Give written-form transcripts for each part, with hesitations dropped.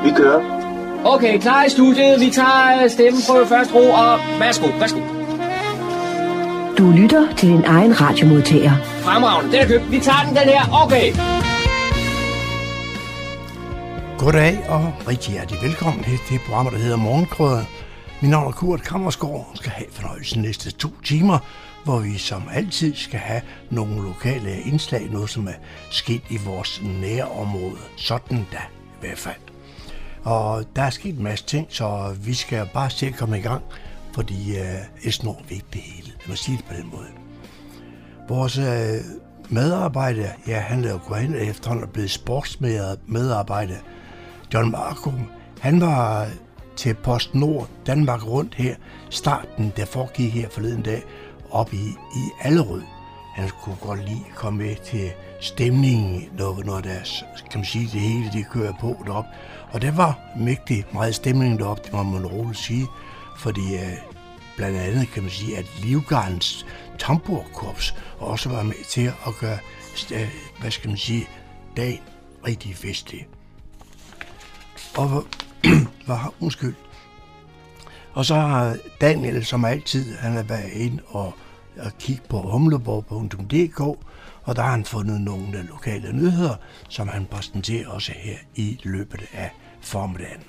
Vi kører. Okay, klar i studiet. Vi tager stemmen på første ro, og værsgo. Du lytter til din egen radiomodtager. Fremragende, den er købt. Vi tager den her. Okay. Goddag og rigtig hjertelig velkommen til det program, der hedder Morgenkrydderen. Mit navn er Kurt Kammersgaard og skal have fornøjelsen næste 2 timer, hvor vi som altid skal have nogle lokale indslag, noget som er sket i vores nærområde. Sådan da i hvert fald. Og der er sket en masse ting, så vi skal bare se at komme i gang, fordi ellers når vi ikke det hele. Lad mig sige det på den måde. Vores medarbejder, ja, han er jo gået hen efterhånden og blevet sportsmedarbejder. John Marco, han var til PostNord Danmark rundt her. Starten, der foregik her forleden dag, op i Allerød. Han kunne godt lide at komme med til stemningen, når der, kan man sige, det hele det kører på derop. Og der var mægtig meget stemning derop, det må man roligt sige, fordi blandt andet kan man sige, at Livgardens tamburkorps også var med til at gøre, hvad skal man sige, dagen rigtig festlig. Og undskyld. Og så har Daniel, som altid, han har været inde og kigge på humleborg.dk, og der har han fundet nogle lokale nyheder, som han præsenterer også her i løbet af formiddagen.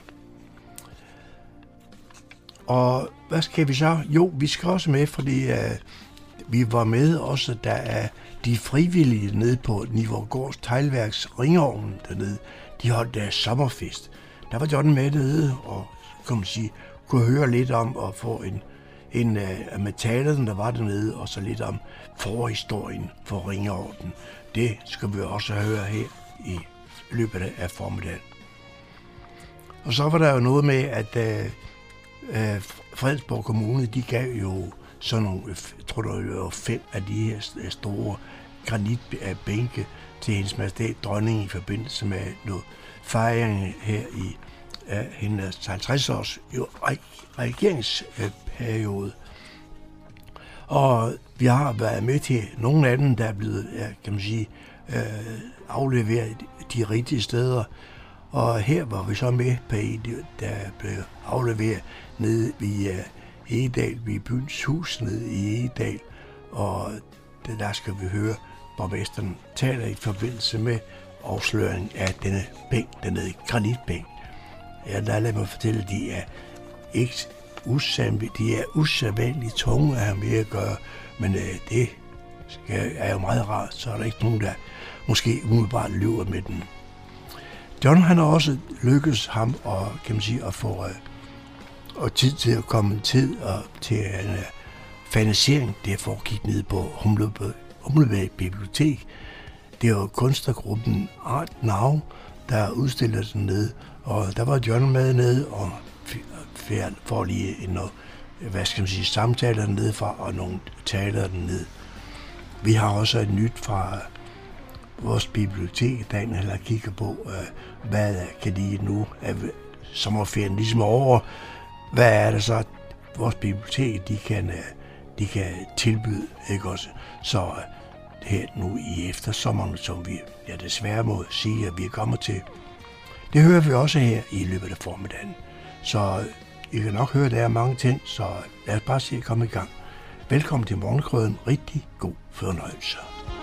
Og hvad skal vi så? Jo, vi skal også med, fordi vi var med også, der er de frivillige nede på Nivorgårds Teglværks Ringovnen dernede. De holdt deres sommerfest. Der var John med dernede og kunne høre lidt om at få en med talerne, der var dernede, og så lidt om forhistorien for Ringeorden. Det skal vi også høre her i løbet af formiddagen. Og så var der jo noget med, at Fredensborg Kommune, de gav jo sådan nogle, jeg tror der var 5 af de her store granitbænke til hendes majestæt dronning i forbindelse med noget fejring her i hendes 50-års regeringsperiode. Og vi har været med til nogle af dem, der er blevet, kan man sige, afleveret de rigtige steder. Og her var vi så med på en, der blev afleveret nede i Egedal, ved byens hus nede i Egedal. Og der skal vi høre borgmesteren taler i forbindelse med afsløring af denne bænk, dernede granitbænk. Ja, lad mig fortælle, de er ikke usædvanligt tunge at have med at gøre, men det er jo meget rart, så er der ikke nogen, der måske umiddelbart løber med den. John, han har også lykkedes ham og, kan man sige, at få tid til at komme til en finansiering, det foregik nede på Humleborg Bibliotek. Det er jo kunstnergruppen Art Now, der udstiller den nede, og der var John med nede og får lige noget, hvad skal man sige, samtaler dernede fra og nogle taler dernede. Vi har også et nyt fra vores bibliotek, Daniel har kigget på, hvad kan de nu, sommerferien ligesom over, hvad er det så, vores bibliotek, de kan tilbyde, ikke også? Så her nu i eftersommeren, som vi desværre må sige, at vi er kommet til, det hører vi også her i løbet af formiddagen. Så I kan nok høre, at der er mange ting, så lad os bare se at komme i gang. Velkommen til Morgenkrydderen. Rigtig god fornøjelse.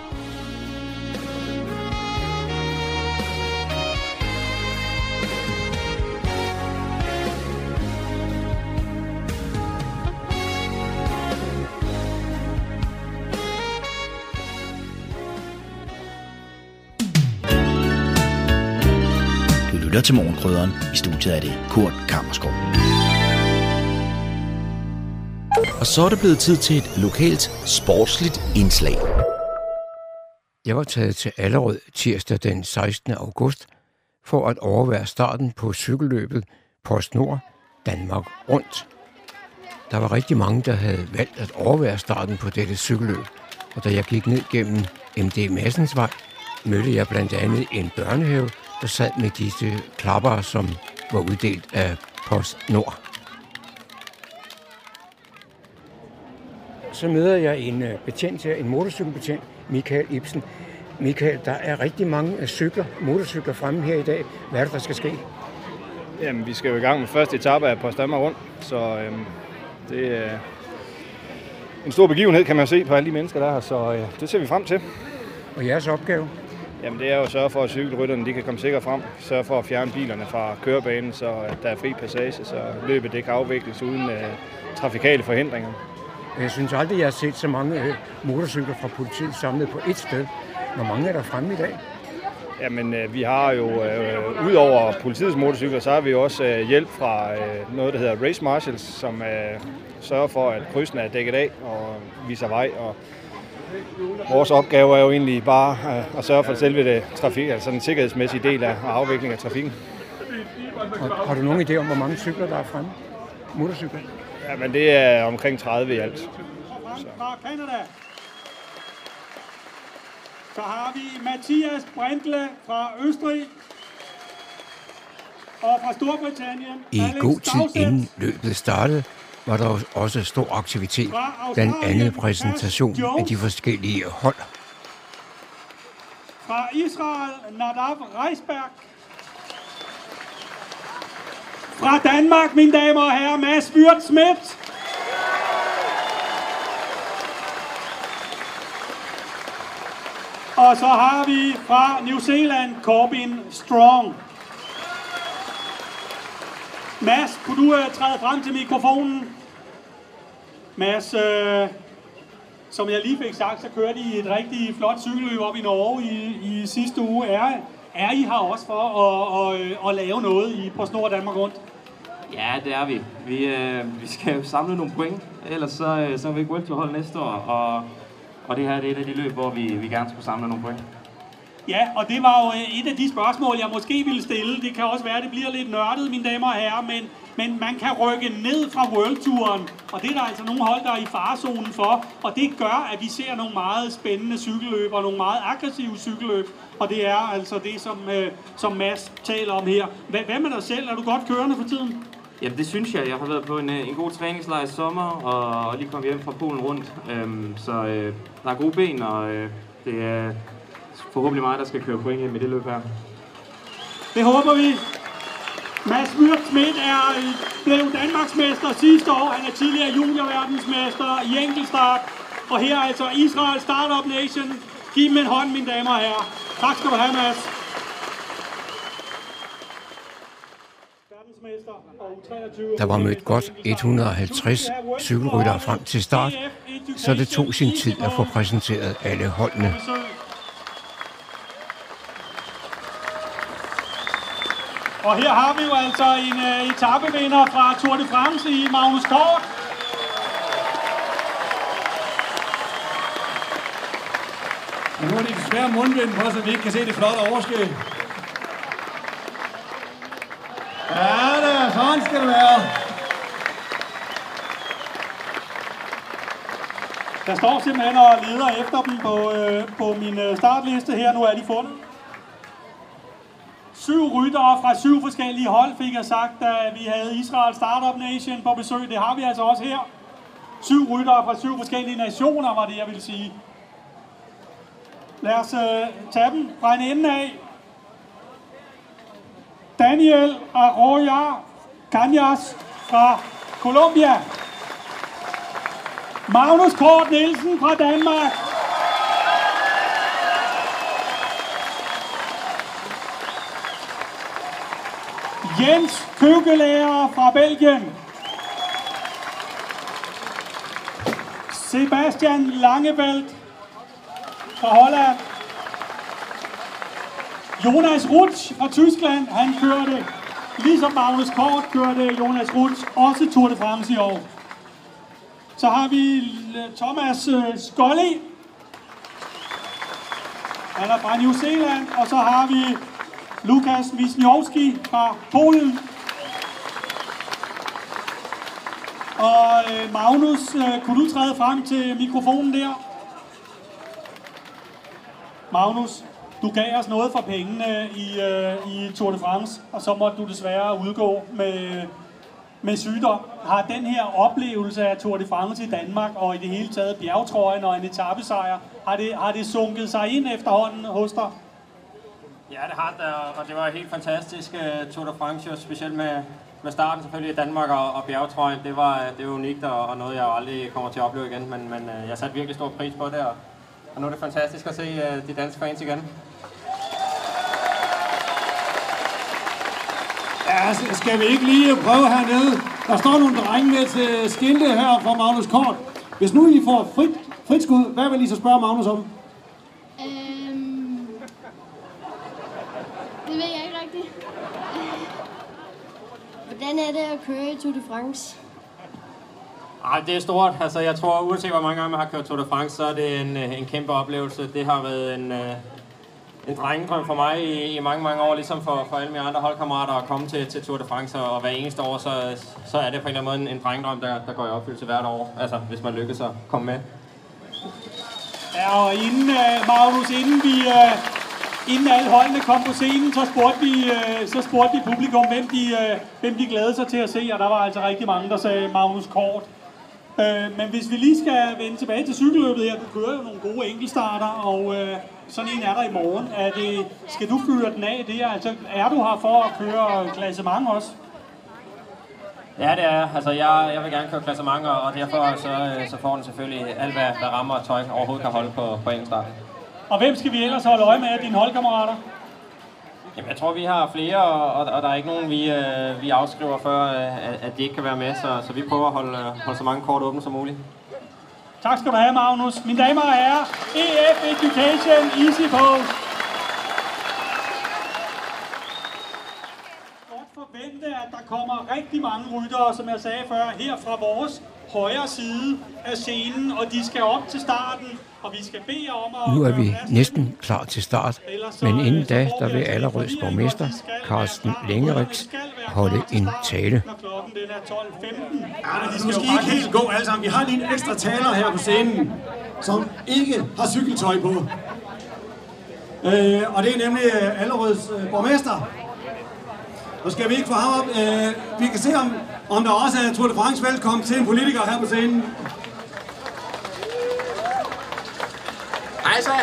Lytter til Morgenkrydderen. I studiet er det Kurt Kammersgaard. Og så er det blevet tid til et lokalt sportsligt indslag. Jeg var taget til Allerød tirsdag den 16. august for at overvære starten på cykelløbet PostNord Danmark Rundt. Der var rigtig mange, der havde valgt at overvære starten på dette cykelløb, og da jeg gik ned gennem MD Madsens Vej, mødte jeg blandt andet en børnehave, der sad med disse klapper, som var uddelt af PostNord. Så møder jeg en betjent her, en motorcykelbetjent, Michael Ibsen. Michael, der er rigtig mange motorcykler fremme her i dag. Hvad er det, der skal ske? Jamen, vi skal jo i gang med første etape af Post Danmark Rundt, så det er en stor begivenhed, kan man se på alle de mennesker, der er her, så det ser vi frem til. Og jeres opgave? Jamen, det er jo at sørge for, at cykelrytterne de kan komme sikkert frem, sørge for at fjerne bilerne fra kørebanen, så der er fri passage, så løbet det kan afvikles uden trafikale forhindringer. Jeg synes aldrig, jeg har set så mange motorcykler fra politiet samlet på ét sted. Hvor mange er der fremme i dag? Jamen, vi har jo, ud over politiets motorcykler, så har vi også hjælp fra noget, der hedder Race Marshals, som sørger for, at krydsene er dækket af og viser vej. Og vores opgave er jo egentlig bare at sørge for selve det trafik, altså den sikkerhedsmæssige del af afviklingen af trafikken. Og har du nogen idé om, hvor mange cykler der er fremme? Motorcykler? Jamen, det er omkring 30 i alt. Fra Canada. Så har vi Mathias Brintle fra Østrig. Og fra Storbritannien. I god tid inden løbet startede, var der også stor aktivitet, blandt andet præsentation af de forskellige hold. Fra Israel, Nadav Reisberg. Fra Danmark, mine damer og herrer, Mads Wirtz-Smith. Og så har vi fra New Zealand, Corbin Strong. Mads, kunne du træde frem til mikrofonen? Mads, som jeg lige fik sagt, så kørte I et rigtig flot cykelløb op i Norge i sidste uge. Er I her også for at lave noget i PostNord Danmark Rundt? Ja, det er vi. Vi skal jo samle nogle point, ellers så er vi ikke World Tour hold næste år. Og det her det er et af de løb, hvor vi gerne skulle samle nogle point. Ja, og det var jo et af de spørgsmål, jeg måske ville stille. Det kan også være, at det bliver lidt nørdet, mine damer og herrer, men man kan rykke ned fra World-turen, og det er der altså nogle hold, der er i farezonen for, og det gør, at vi ser nogle meget spændende cykelløb og nogle meget aggressive cykelløb, og det er altså det, som Mads taler om her. Hvad med dig selv? Er du godt kørende for tiden? Jamen det synes jeg. Jeg har været på en god træningslejr i sommer, og lige kommet hjem fra Polen rundt, så der er gode ben, og det er forhåbentlig mig, der skal køre point hjem i det løb her. Det håber vi. Mads Wirtz-Smith er blevet Danmarksmester sidste år. Han er tidligere juniorverdensmester i enkeltstart. Og her er altså Israel Startup Nation. Giv dem en hånd, mine damer og herrer. Tak skal du have, Mads. Der var mødt godt 150 cykelryttere frem til start, så det tog sin tid at få præsenteret alle holdene. Og her har vi jo altså en etapevinder fra Tour de France i Magnus Kort. Og nu er det desværre mundvind på, så vi ikke kan se det flotte overskæg. Ja, det er sådan skal det være. Der står simpelthen og leder efter dem på min startliste her. Nu er de fundet. 7 ryttere fra 7 forskellige hold, fik jeg sagt, da vi havde Israel Startup Nation på besøg. Det har vi altså også her. 7 ryttere fra 7 forskellige nationer, var det, jeg ville sige. Lad os tage dem fra en ende af. Daniel Arroyo Cañas fra Colombia. Magnus Kort Nielsen fra Danmark. Jens Køkkelærer fra Belgien. Sebastian Langeveldt fra Holland. Jonas Rutsch fra Tyskland, han kørte, ligesom Magnus Kort kørte Jonas Rutsch også Tour de France i år. Så har vi Thomas Scully. Han er fra New Zealand, og så har vi Lukas Wisniewski fra Polen. Og Magnus, kunne du træde frem til mikrofonen der? Magnus, du gav os noget for pengene i Tour de France, og så måtte du desværre udgå med sygdom. Har den her oplevelse af Tour de France i Danmark, og i det hele taget bjergtrøjen og en etapesejr, har det sunket sig ind efterhånden hos dig? Ja, det har det, og det var helt fantastisk Tour de France, specielt med starten selvfølgelig i Danmark og bjergetrøjen. Det var unikt og noget, jeg aldrig kommer til at opleve igen, men jeg satte virkelig stor pris på det, og nu er det fantastisk at se de danske fans igen. Ja, skal vi ikke lige prøve hernede? Der står nogle drenge med til skilte her fra Magnus Kort. Hvis nu I får frit skud, hvad vil I så spørge Magnus om? Det ved jeg ikke rigtigt. Hvordan er det at køre i Tour de France? Ej, det er stort. Altså, jeg tror, uanset hvor mange gange man har kørt Tour de France, så er det en kæmpe oplevelse. Det har været en drengedrøm for mig i mange år, ligesom for alle mine andre holdkammerater at komme til Tour de France, og hver eneste år, så er det på en eller anden måde en drengedrøm, der går i opfyldelse hvert år. Altså, hvis man lykkes at komme med. Ja, og inden, Magnus, inden alle holdene kom på scenen, så spurgte vi publikum, hvem de glædede sig til at se, og der var altså rigtig mange, der sagde Magnus Kort. Men hvis vi lige skal vende tilbage til cykelløbet her, du kører jo nogle gode enkeltstarter, og sådan en er der i morgen. Skal du fyre den af der? Altså, er du her for at køre klassement også? Ja, det er. Altså, jeg vil gerne køre klassement, og derfor så får den selvfølgelig alt, hvad rammer og tøj overhovedet kan holde på enkeltstart. Og hvem skal vi ellers holde øje med af dine holdkammerater? Jamen, jeg tror, vi har flere, og der er ikke nogen, vi afskriver før, at de ikke kan være med, så vi prøver at holde så mange kort åbne som muligt. Tak skal du have, Magnus. Mine damer og herrer, EF Education Easy Post. Godt forvente, at der kommer rigtig mange ryttere, som jeg sagde før, her fra vores højre side af scenen, og de skal op til starten, og vi skal bede om at... Nu er vi næsten klar til start, men inden da, der vil Allerøds borgmester, Carsten Lengeriks, holde en tale. Ja, men de skal måske ikke helt gå alle sammen. Vi har lige en ekstra taler her på scenen, som ikke har cykeltøj på. Og det er nemlig Allerøds borgmester. Nu skal vi ikke få ham op. Vi kan se, om der også er Tour de France. Velkommen til en politiker her på scenen. Hej så.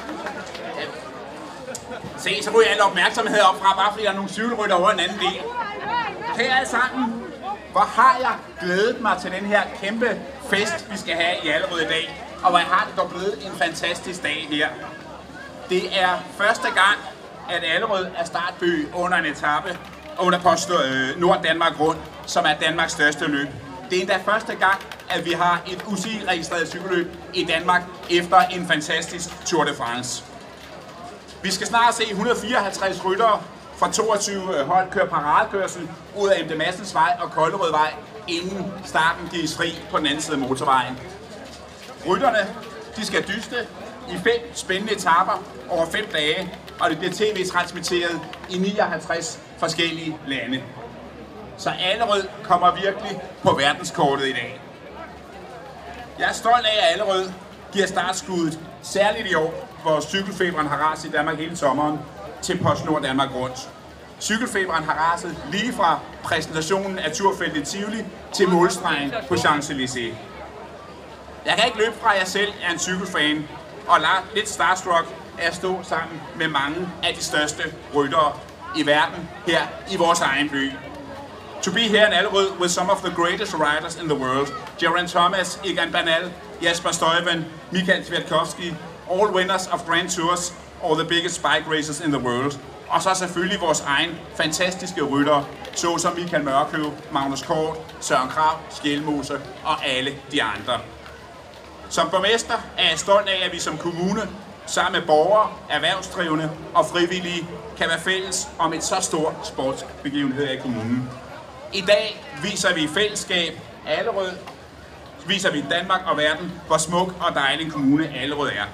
Se, så ryger al opmærksomhed op fra, bare fordi der er nogle cykelrytter over en anden del. Kære alle sammen, hvor har jeg glædet mig til den her kæmpe fest, vi skal have i Allerød i dag. Og hvor har det dog blevet en fantastisk dag her. Det er første gang, at Allerød er startby under en etape under Nord-Danmark Rundt, som er Danmarks største løb. Det er endda første gang, at vi har et UCI-registreret cykelløb i Danmark efter en fantastisk Tour de France. Vi skal snart se 154 ryttere fra 22 hold køre paradekørsel ud af MD Madsens Vej og Kollerødvej, inden starten gives fri på den anden side af motorvejen. Rytterne, de skal dyste i 5 spændende etaper over 5 dage, og det bliver tv-transmitteret i 59 forskellige lande. Så Allerød kommer virkelig på verdenskortet i dag. Jeg er stolt af, at Allerød giver startskuddet, særligt i år, hvor cykelfeberen har raset i Danmark hele sommeren, til PostNord Danmark Rundt. Cykelfeberen har raset lige fra præsentationen af turfeltet Tivoli til målstregen på Champs-Élysées. Jeg kan ikke løbe fra, at jeg selv er en cykelfan, og lidt starstruck af at stå sammen med mange af de største ryttere i verden her i vores egen by. To be here in Allerød with some of the greatest riders in the world. Geraint Thomas, Egan Bernal, Jasper Stuyven, Michael Kwiatkowski, all winners of Grand Tours, or the biggest bike races in the world. Og så selvfølgelig vores egen fantastiske ryttere, såsom Michael Mørkøv, Magnus Kort, Søren Krag, Skjelmose og alle de andre. Som borgmester er jeg stolt af, at vi som kommune, sammen med borgere, erhvervsdrivende og frivillige, kan være fælles om et så stort sportsbegivenhed i kommunen. I dag viser vi i fællesskab Allerød, viser vi Danmark og verden, hvor smuk og dejlig en kommune Allerød er.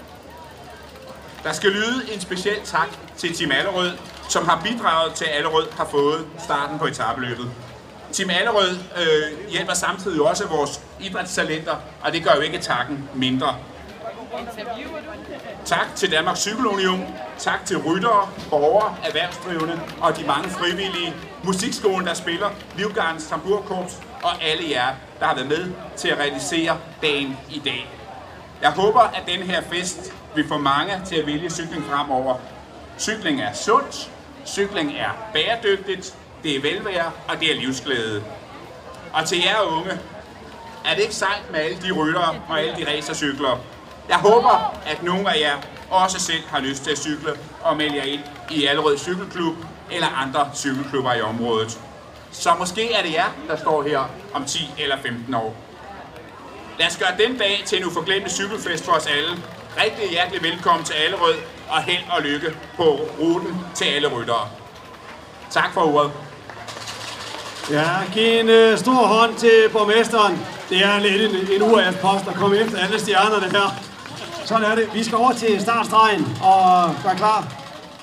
Der skal lyde en speciel tak til Team Allerød, som har bidraget til, at Allerød har fået starten på etapeløbet. Team Allerød hjælper samtidig også vores idrætstalenter, og det gør jo ikke takken mindre. Tak til Danmarks Cykelunion, tak til ryttere, borgere, erhvervsdrivende og de mange frivillige, musikskolen, der spiller, Livgardens Tamburkorps og alle jer, der har været med til at realisere dagen i dag. Jeg håber, at denne her fest vil få mange til at vælge cykling fremover. Cykling er sundt, cykling er bæredygtigt, det er velvære, og det er livsglæde. Og til jer unge, er det ikke sejt med alle de ryttere og alle de racercykler? Jeg håber, at nogle af jer også selv har lyst til at cykle og melde jer ind i Allerød Cykelklub eller andre cykelklubber i området. Så måske er det jer, der står her om 10 eller 15 år. Lad os gøre den dag til en uforglemmelig cykelfest for os alle. Rigtig hjertelig velkommen til Allerød, og held og lykke på ruten til alle ryttere. Tak for ordet. Ja, giv en stor hånd til borgmesteren. Det er lidt en uafpost at komme efter alle stjernerne her. Sådan er det. Vi skal over til startstregen og være klar.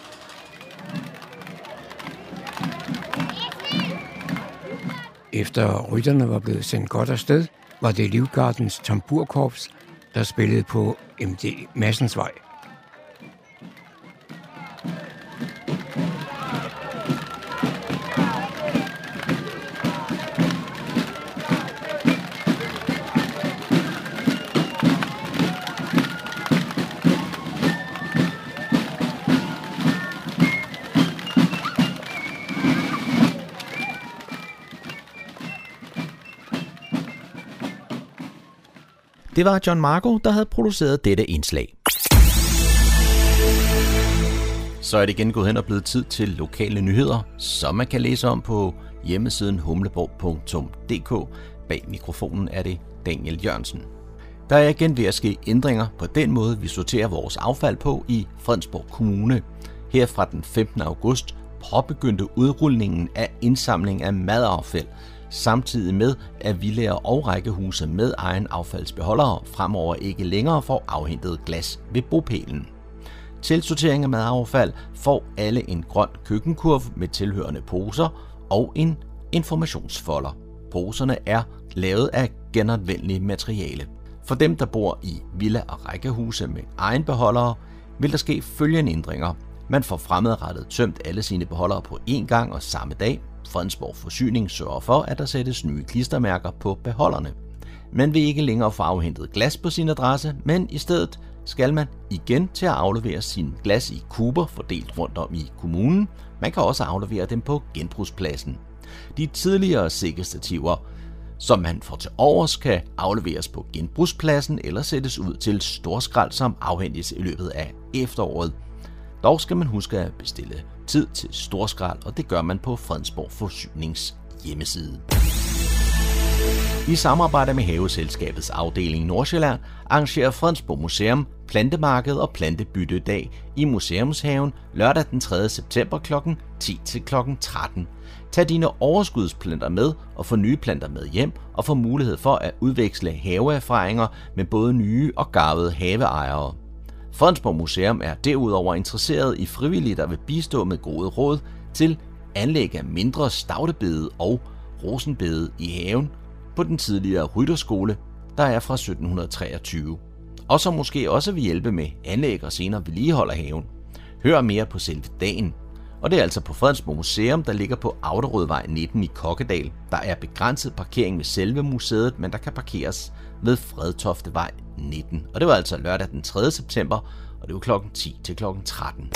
Efter rytterne var blevet sendt godt afsted, var det Livgardens tamburkorps, der spillede på MD Madsensvej. Det var John Marco, der havde produceret dette indslag. Så er det igen gået hen og blevet tid til lokale nyheder, som man kan læse om på hjemmesiden humleborg.dk. Bag mikrofonen er det Daniel Jørgensen. Der er igen ved at ske ændringer på den måde, vi sorterer vores affald på i Fredensborg Kommune. Her fra den 15. august påbegyndte udrulningen af indsamling af madaffald, samtidig med, at villaer og rækkehuse med egen affaldsbeholdere fremover ikke længere får afhentet glas ved bopælen. Til sortering af madaffald får alle en grøn køkkenkurv med tilhørende poser og en informationsfolder. Poserne er lavet af genanvendelige materiale. For dem, der bor i villa- og rækkehuse med egen beholdere, vil der ske følgende ændringer. Man får fremadrettet tømt alle sine beholdere på én gang og samme dag. Fredensborg Forsyning sørger for, at der sættes nye klistermærker på beholderne. Man vil ikke længere få afhentet glas på sin adresse, men i stedet skal man igen til at aflevere sin glas i kuber fordelt rundt om i kommunen. Man kan også aflevere dem på genbrugspladsen. De tidligere sækkestativer, som man får til overs, kan afleveres på genbrugspladsen eller sættes ud til storskrald, som afhentes i løbet af efteråret. Dog skal man huske at bestille tid til storskrald, og det gør man på Fredensborg Forsynings hjemmeside. I samarbejde med Haveselskabets afdeling Nordsjælland arrangerer Fredensborg Museum plantemarked og plantebyttedag i Museumshaven lørdag den 3. september kl. 10 til kl. 13. Tag dine overskudsplanter med og få nye planter med hjem og få mulighed for at udveksle haveerfaringer med både nye og garvede haveejere. Fredensborg Museum er derudover interesseret i frivillige, der vil bistå med gode råd til anlæg af mindre stavtebede og rosenbede i haven på den tidligere rytterskole, der er fra 1723, og som måske også vil hjælpe med anlæg og senere vedligehold af haven. Hør mere på selve dagen. Og det er altså på Fredensborg Museum, der ligger på Auderødvej 19 i Kokkedal. Der er begrænset parkering ved selve museet, men der kan parkeres ved Fredtoftevej 19. Og det var altså lørdag den 3. september, og det var kl. 10 til kl. 13.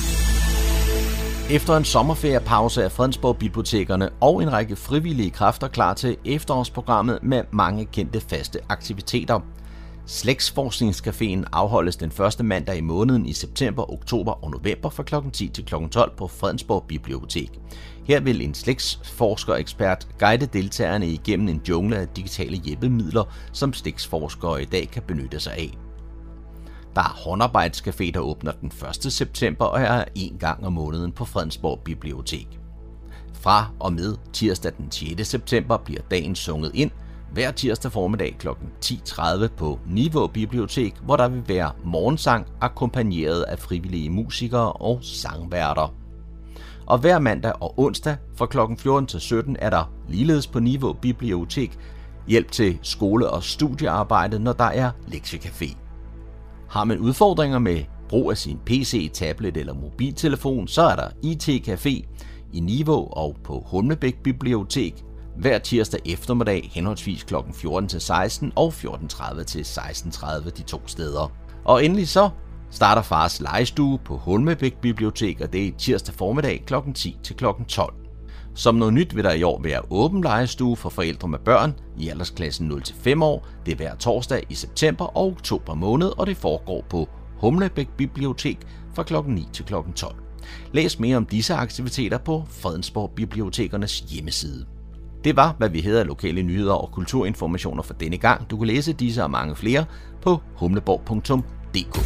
Efter en sommerferiepause er Fredensborg Bibliotekerne og en række frivillige kræfter klar til efterårsprogrammet med mange kendte faste aktiviteter. Slægtsforskningscaféen afholdes den første mandag i måneden i september, oktober og november fra kl. 10 til kl. 12 på Fredensborg Bibliotek. Her vil en slægtsforsker-ekspert guide deltagerne igennem en jungle af digitale hjælpemidler, som slægtsforskere i dag kan benytte sig af. Der er håndarbejdscafé, der åbner den 1. september og er en gang om måneden på Fredensborg Bibliotek. Fra og med tirsdag den 6. september bliver dagen sunget ind, hver tirsdag formiddag kl. 10.30 på Nivå Bibliotek, hvor der vil være morgensang akkompagneret af frivillige musikere og sangværter. Og hver mandag og onsdag fra kl. 14 til 17 er der ligeledes på Nivå Bibliotek hjælp til skole- og studiearbejde, når der er lektiecafé. Har man udfordringer med brug af sin PC, tablet eller mobiltelefon, så er der IT-café i Nivå og på Humlebæk Bibliotek hver tirsdag eftermiddag henholdsvis kl. 14 til 16 og 14.30 til 16.30 de to steder. Og endelig så starter Fars legestue på Holmebæk Bibliotek, og det er tirsdag formiddag kl. 10 til kl. 12. Som noget nyt vil der i år være åben legestue for forældre med børn i aldersklassen 0-5 år. Det er hver torsdag i september og oktober måned, og det foregår på Humlebæk Bibliotek fra kl. 9 til kl. 12. Læs mere om disse aktiviteter på Fredensborg Bibliotekernes hjemmeside. Det var, hvad vi havde af lokale nyheder og kulturinformationer for denne gang. Du kan læse disse og mange flere på humleborg.dk.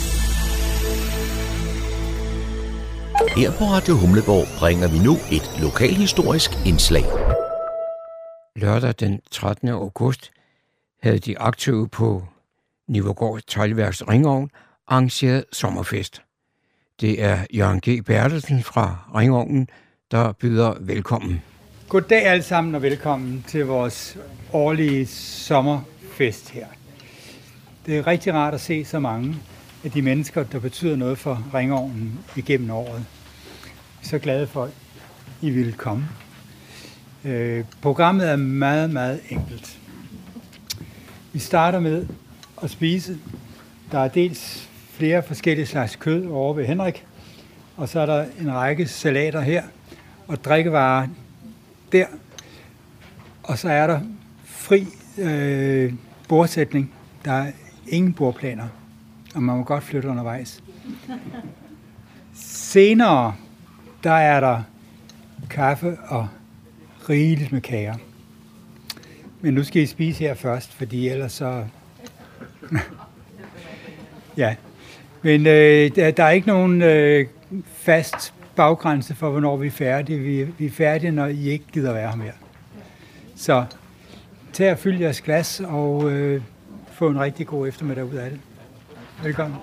Her på Radio Humleborg bringer vi nu et lokalhistorisk indslag. Lørdag den 13. august havde de aktive på Nivergård Teglværks Ringovn arrangeret sommerfest. Det er Jørgen G. Bertelsen fra Ringovnen, der byder velkommen. Goddag alle sammen og velkommen til vores årlige sommerfest her. Det er rigtig rart at se så mange af de mennesker, der betyder noget for Ringovnen igennem året. Så glade for, at I ville komme. Programmet er meget, meget enkelt. Vi starter med at spise. Der er dels flere forskellige slags kød over ved Henrik, og så er der en række salater her, og drikkevarer der. Og så er der fri bordsætning. Der er ingen bordplaner, og man må godt flytte undervejs. Senere, der er der kaffe og rigeligt med kager. Men nu skal I spise her først, fordi ellers så... ja. Men der er ikke nogen fast baggrænse for, hvornår vi er færdige. Vi er færdige, når I ikke gider være her mere. Så tag og fyld jeres glas og få en rigtig god eftermiddag ud af det. Velkommen.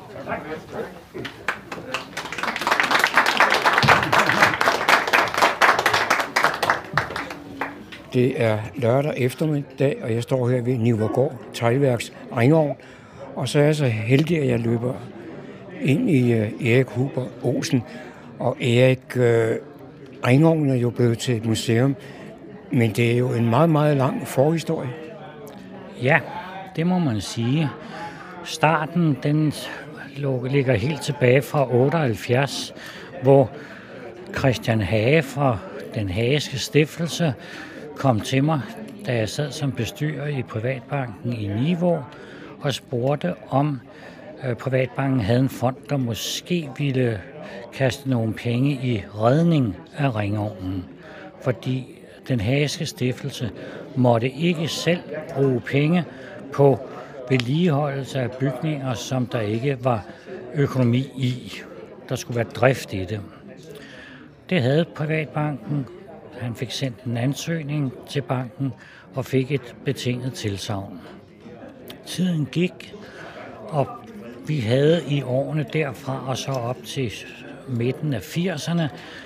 Det er lørdag eftermiddag, og jeg står her ved Nivergård Teglværks Ringovn. Og så er jeg så heldig, at jeg løber ind i Erik Huber Olsen. Og Erik, Ringovnen er jo blevet til et museum, men det er jo en meget, meget lang forhistorie. Ja, det må man sige. Starten, den ligger helt tilbage fra 78, hvor Christian Hage fra den Hageske Stiftelse kom til mig, da jeg sad som bestyrer i Privatbanken i Nivå, og spurgte om Privatbanken havde en fond, der måske ville kaste nogle penge i redning af Ringovnen. Fordi den Hageske Stiftelse måtte ikke selv bruge penge på vedligeholdelse af bygninger, som der ikke var økonomi i. Der skulle være drift i det. Det havde Privatbanken. Han fik sendt en ansøgning til banken og fik et betinget tilsagn. Tiden gik, og vi havde i årene derfra og så op til midten af 80'erne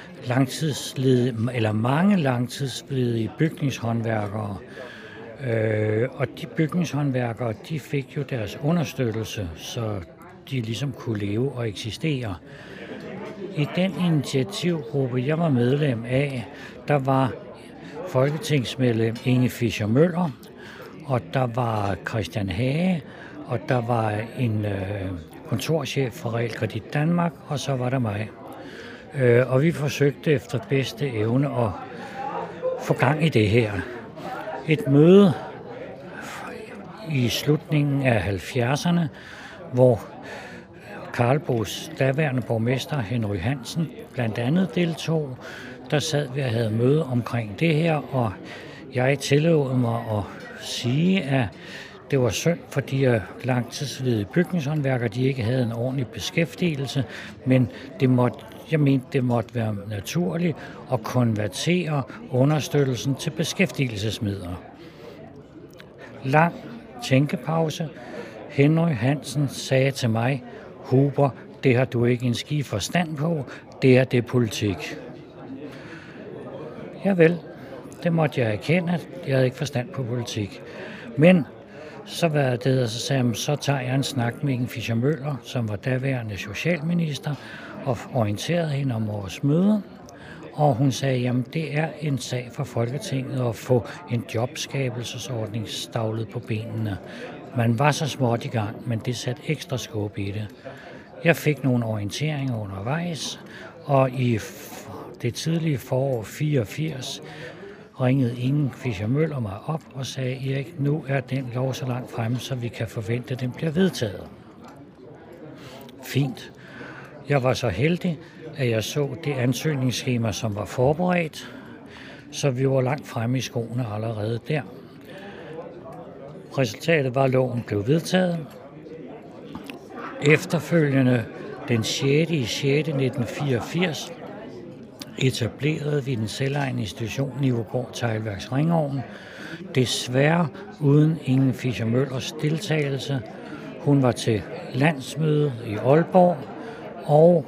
mange langtidsledige bygningshåndværkere. Og de bygningshåndværkere, de fik jo deres understøttelse, så de ligesom kunne leve og eksistere. I den initiativgruppe, jeg var medlem af, der var folketingsmedlem Inge Fischer-Møller, og der var Christian Hage, og der var en kontorchef for Realkredit Danmark, og så var der mig. Og vi forsøgte efter bedste evne at få gang i det her. Et møde i slutningen af 70'erne, hvor Karlbos daværende borgmester Henry Hansen blandt andet deltog. Der sad vi og havde møde omkring det her, og jeg tillod mig at sige, at det var synd, fordi langtidsledige bygningshåndværkere de ikke havde en ordentlig beskæftigelse, men det måtte være naturligt at konvertere understøttelsen til beskæftigelsesmidler. Lang tænkepause. Henry Hansen sagde til mig, Huber, det har du ikke en ski forstand på, det er politik. Javel, det måtte jeg erkende, jeg havde ikke forstand på politik. Men så sagde jeg, så tager jeg en snak med Inge Fischer-Møller, som var daværende socialminister, og orienterede hende om vores møde. Og hun sagde, jamen det er en sag for Folketinget at få en jobskabelsesordning stavlet på benene. Man var så småt i gang, men det satte ekstra skub i det. Jeg fik nogle orienteringer undervejs, og i det tidlige forår 84 ringede Inge Fischer-Møller mig op og sagde, Erik, nu er den lov så langt fremme, så vi kan forvente, at den bliver vedtaget. Fint. Jeg var så heldig, at jeg så det ansøgningsskema, som var forberedt, så vi var langt fremme i skoene allerede der. Resultatet var, at loven blev vedtaget. Efterfølgende den 6.6.1984 etablerede vi den selvejende institution Niveaugård Teglværks Ringovn. Desværre uden Inge Fischer-Møllers deltagelse. Hun var til landsmøde i Aalborg, og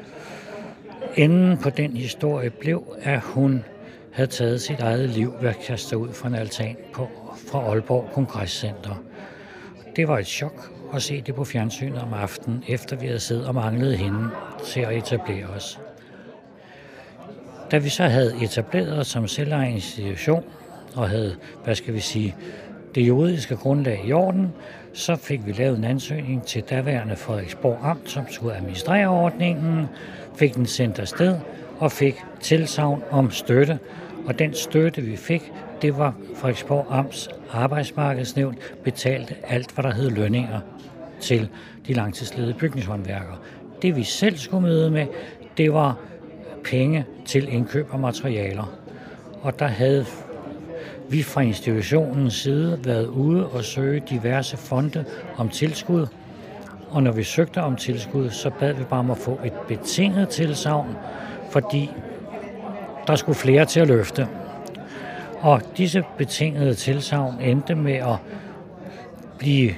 enden på den historie blev, at hun havde taget sit eget liv ved at kaste ud fra en altan fra Aalborg Kongresscenter. Det var et chok at se det på fjernsynet om aftenen, efter vi havde siddet og manglet hende til at etablere os. Da vi så havde etableret os som selvejende institution og havde, det juridiske grundlag i orden, så fik vi lavet en ansøgning til daværende Frederiksborg Amt, som skulle administrere ordningen, fik den sendt afsted og fik tilsagn om støtte. Og den støtte, vi fik, det var Frederiksborg Amts arbejdsmarkedsnævn betalte alt, hvad der hed lønninger til de langtidsledige bygningshåndværkere. Det vi selv skulle møde med, det var penge til indkøb af materialer. Og der havde vi fra institutionens side været ude og søge diverse fonde om tilskud. Og når vi søgte om tilskud, så bad vi bare om at få et betinget tilsagn, fordi der skulle flere til at løfte. Og disse betingede tilsagn endte med at blive...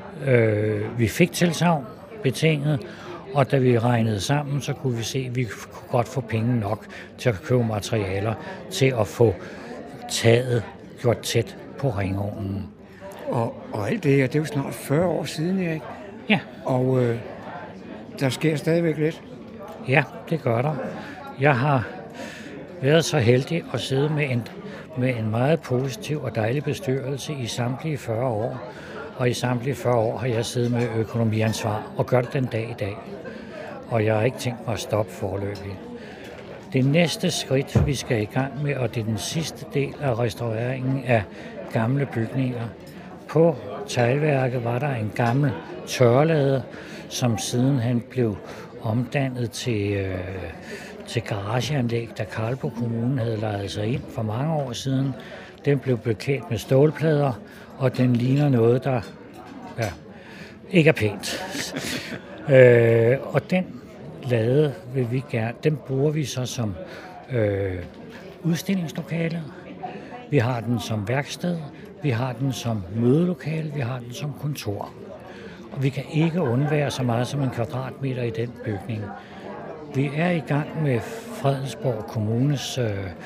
vi fik tilsagn betinget, og da vi regnede sammen, så kunne vi se, at vi kunne godt få penge nok til at købe materialer, til at få taget gjort tæt på ringovnen. Og alt det her, det er jo snart 40 år siden, Erik. Ja. Og der sker stadigvæk lidt. Ja, det gør der. Jeg har været så heldig at sidde med en meget positiv og dejlig bestyrelse i samtlige 40 år. Og i samtlige 40 år har jeg siddet med økonomiansvar og gør det den dag i dag. Og jeg har ikke tænkt mig at stoppe foreløbig. Det næste skridt, vi skal i gang med, og det er den sidste del af restaureringen af gamle bygninger. På teglværket var der en gammel tørrelade, som siden han blev omdannet til garageanlæg, da Karlbo Kommune havde lejet sig ind for mange år siden. Den blev beklædt med stålplader, og den ligner noget, der ikke er pænt. Og den lade vil vi gerne, den bruger vi så som udstillingslokale. Vi har den som værksted, vi har den som mødelokale, vi har den som kontor. Og vi kan ikke undvære så meget som en kvadratmeter i den bygning. Vi er i gang med Fredensborg Kommunes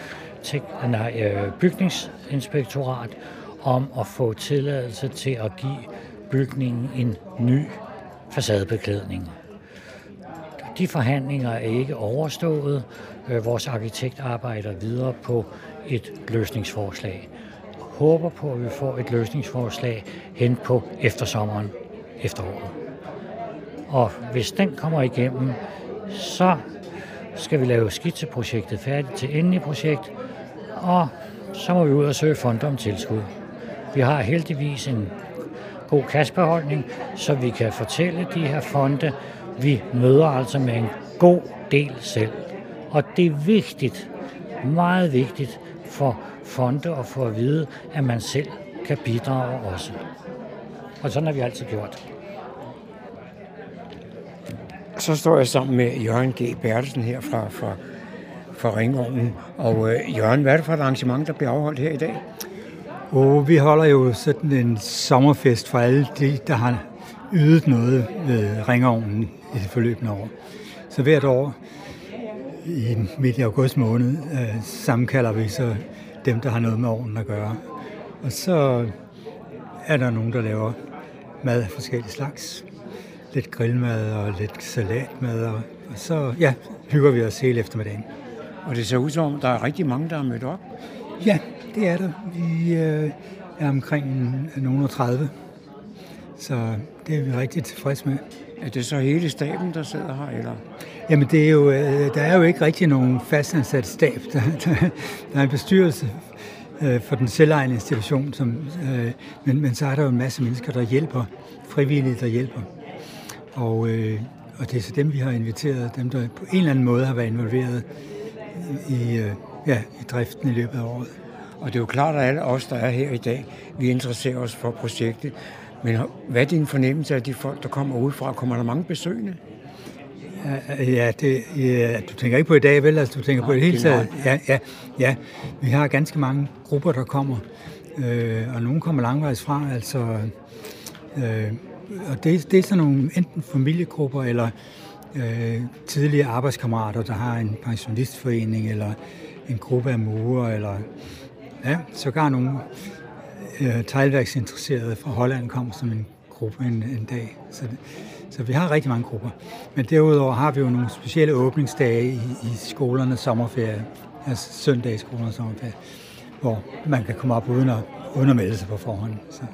bygningsinspektorat om at få tilladelse til at give bygningen en ny facadebeklædning. De forhandlinger er ikke overstået. Vores arkitekt arbejder videre på et løsningsforslag. Håber på, at vi får et løsningsforslag hen på eftersommeren, efteråret. Og hvis den kommer igennem, så skal vi lave skitseprojektet færdigt til endelig projekt, og så må vi ud og søge fonder om tilskud. Vi har heldigvis en god kassebeholdning, så vi kan fortælle de her fonde, vi møder altså med en god del selv. Og det er vigtigt, meget vigtigt for fonde at få at vide, at man selv kan bidrage også. Og sådan har vi altid gjort. Så står jeg sammen med Jørgen G. Bertelsen her fra Ringovnen. Og Jørgen, hvad er det for et arrangement, der bliver afholdt her i dag? Vi holder jo sådan en sommerfest for alle de, der har ydet noget ved Ringovnen i det forløbende år. Så hvert år i midt i august måned sammenkalder vi så dem, der har noget med ovnen at gøre. Og så er der nogen, der laver mad af forskellige slags. Lidt grillmad og lidt salatmad. Og så hygger vi os hele eftermiddagen. Og det ser ud som, der er rigtig mange, der er mødt op. Ja, det er der. Vi er omkring nogen 30. Så det er vi rigtig tilfredse med. Er det så hele staben, der sidder her, eller? Jamen, det er jo, der er jo ikke rigtig nogen fastansat stab. Der er en bestyrelse for den selvejende institution, men så er der jo en masse mennesker, der hjælper, frivillige, der hjælper. Og det er så dem, vi har inviteret, dem, der på en eller anden måde har været involveret i driften i løbet af året. Og det er jo klart, at alle os, der er her i dag, vi interesserer os for projektet. Men hvad er din fornemmelse af de folk, der kommer udefra? Kommer der mange besøgende? Du tænker ikke på i dag, vel? Altså, du tænker på det hele taget. Ja. Vi har ganske mange grupper, der kommer, og nogle kommer langvejs fra. Altså, og det er sådan nogle enten familiegrupper eller tidligere arbejdskammerater, der har en pensionistforening eller en gruppe af murer, eller sågar nogle teglværksinteresserede fra Holland kom som en gruppe en dag. Så vi har rigtig mange grupper. Men derudover har vi jo nogle specielle åbningsdage i skolernes sommerferie, altså søndag i skolernes sommerferie, hvor man kan komme op uden at melde sig på forhånd. Så.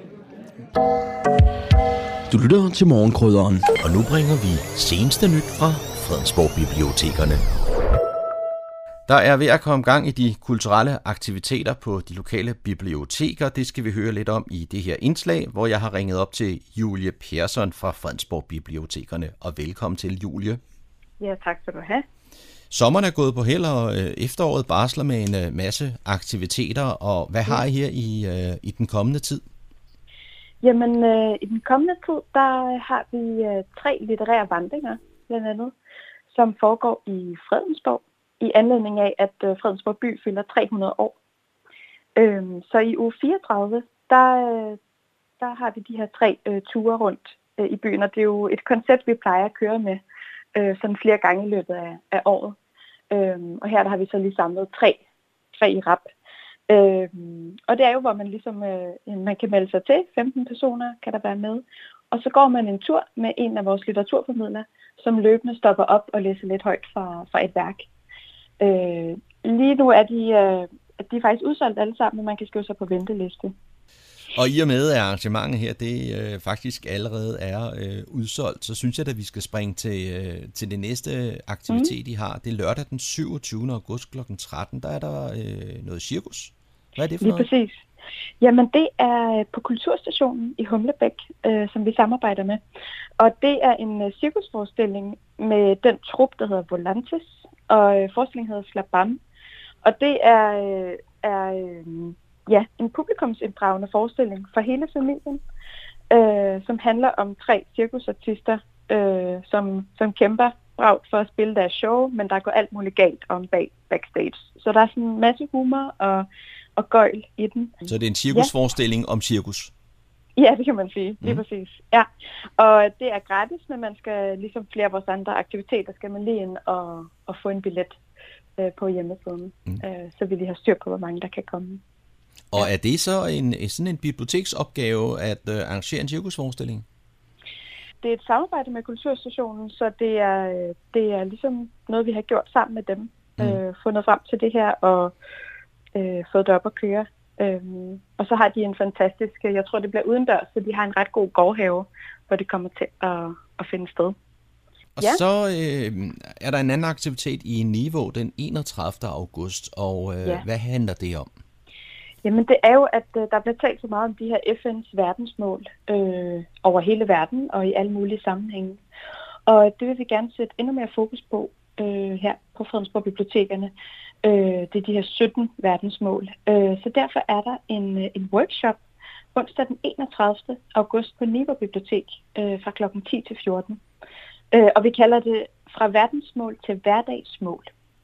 Du lytter til Morgenkrydderen. Og nu bringer vi seneste nyt fra Fredensborg Bibliotekerne. Der er ved at komme gang i de kulturelle aktiviteter på de lokale biblioteker. Det skal vi høre lidt om i det her indslag, hvor jeg har ringet op til Julie Persson fra Fredensborg Bibliotekerne. Og velkommen til, Julie. Ja, tak skal du have. Sommeren er gået på held, og efteråret barsler med en masse aktiviteter. Og hvad har I her i den kommende tid? Jamen, i den kommende tid, der har vi 3 litterære vandringer, blandt andet, som foregår i Fredensborg, i anledning af, at Fredensborg by fylder 300 år. Så i uge 34, der har vi de her 3 ture rundt i byen, og det er jo et koncept, vi plejer at køre med sådan flere gange i løbet af året. Og her der har vi så lige samlet 3 i rap. Og det er jo, hvor man ligesom man kan melde sig til. 15 personer kan der være med. Og så går man en tur med en af vores litteraturformidlere, som løbende stopper op og læser lidt højt fra et værk. Lige nu er de faktisk udsolgt alle sammen, men man kan skrive sig på venteliste. Og i og med, at arrangementet her, det faktisk allerede er udsolgt, så synes jeg, at vi skal springe til det næste aktivitet, I har. Det er lørdag den 27. august kl. 13. Der er der noget cirkus. Hvad er det for noget? Lige præcis. Jamen, det er på Kulturstationen i Humlebæk, som vi samarbejder med. Og det er en cirkusforestilling med den trup, der hedder Volantis, og forestillingen hedder Slabam. Og det er en publikumsinddragende forestilling for hele familien, som handler om 3 cirkusartister, som kæmper bragt for at spille deres show, men der går alt muligt galt om backstage. Så der er sådan en masse humor og gøjl i den. Så det er en cirkusforestilling om cirkus? Ja, det kan man sige. Lige præcis. Ja. Og det er gratis, men man skal, ligesom flere af vores andre aktiviteter, skal man lige ind og få en billet på hjemmesiden, så vi lige har styr på, hvor mange der kan komme. Og er det så sådan en biblioteksopgave at arrangere en cirkusforestilling? Det er et samarbejde med Kulturstationen, så det er ligesom noget, vi har gjort sammen med dem. Fundet frem til det her og fået det op at køre. Og så har de en fantastisk, jeg tror det bliver udendørs, så de har en ret god gårdhave, hvor det kommer til at finde sted. Og så er der en anden aktivitet i Nivå den 31. august, og hvad handler det om? Jamen det er jo, at der bliver talt så meget om de her FN's verdensmål over hele verden og i alle mulige sammenhænge. Og det vil vi gerne sætte endnu mere fokus på her på Fredensborg Bibliotekerne. Det er de her 17 verdensmål. Så derfor er der en workshop onsdag den 31. august på Nivå Bibliotek fra kl. 10 til 14. Og vi kalder det fra verdensmål til hverdagsmål.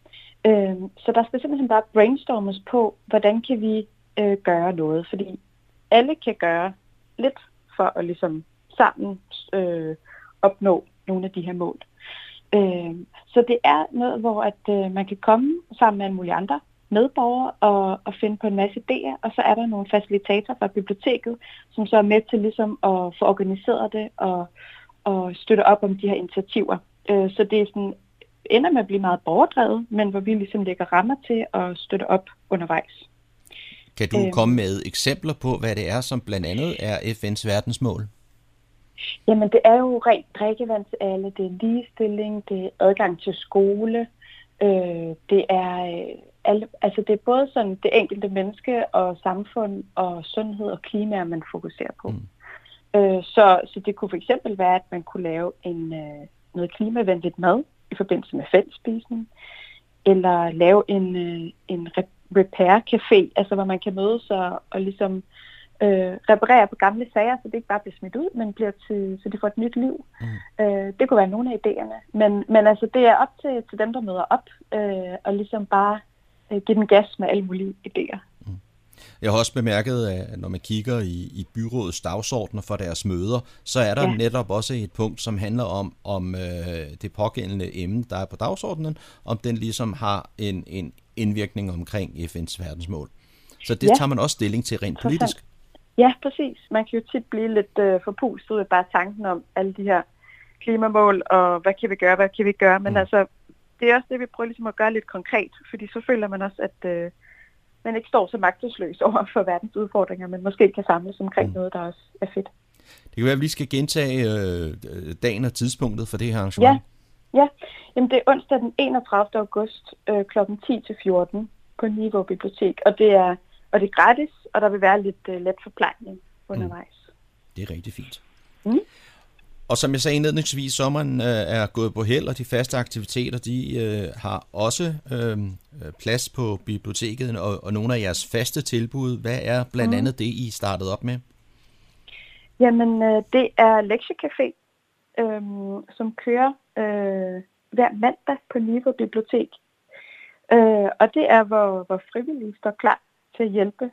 Så der skal simpelthen bare brainstormes på, hvordan kan vi gøre noget. Fordi alle kan gøre lidt for at ligesom sammen opnå nogle af de her mål. Så det er noget, hvor at man kan komme sammen med en mulig andre medborgere og finde på en masse idéer, og så er der nogle facilitatorer fra biblioteket, som så er med til ligesom at få organiseret det og støtte op om de her initiativer. Så det er sådan, ender med at blive meget borgerdrevet, men hvor vi ligesom lægger rammer til at støtte op undervejs. Kan du komme med eksempler på, hvad det er, som blandt andet er FN's verdensmål? Jamen, det er jo rent drikkevand til alle. Det er ligestilling, det er adgang til skole. Det er det er både sådan det enkelte menneske og samfund og sundhed og klima, man fokuserer på. Så det kunne for eksempel være, at man kunne lave noget klimavenligt mad i forbindelse med fællesspisning, eller lave en repair café, altså hvor man kan mødes og ligesom reparere på gamle sager, så det ikke bare bliver smidt ud, men bliver så de får et nyt liv. Det kunne være nogle af idéerne. Men altså, det er op til dem, der møder op, og ligesom bare give den gas med alle mulige idéer. Jeg har også bemærket, at når man kigger i byrådets dagsordner for deres møder, så er der netop også et punkt, som handler om det pågældende emne, der er på dagsordenen, om den ligesom har en indvirkning omkring FN's verdensmål. Så det tager man også stilling til rent politisk. Ja, præcis. Man kan jo tit blive lidt forpustet af bare tanken om alle de her klimamål, og hvad kan vi gøre, men altså, det er også det, vi prøver ligesom at gøre lidt konkret, fordi så føler man også, at man ikke står så magtesløs over for verdens udfordringer, men måske kan samles omkring noget, der også er fedt. Det kan være, at vi skal gentage dagen og tidspunktet for det her arrangement. Ja. Jamen, det er onsdag den 31. august kl. 10-14 på Niveau Bibliotek, og det er gratis, og der vil være lidt let forplejning undervejs. Det er rigtig fint. Og som jeg sagde indledningsvis, sommeren er gået på held, og de faste aktiviteter, de har også plads på biblioteket, og nogle af jeres faste tilbud. Hvad er blandt andet det, I startede op med? Jamen, det er lektiecafé, som kører hver mandag på Niveau Bibliotek. Og det er, hvor frivillige står klar til at hjælpe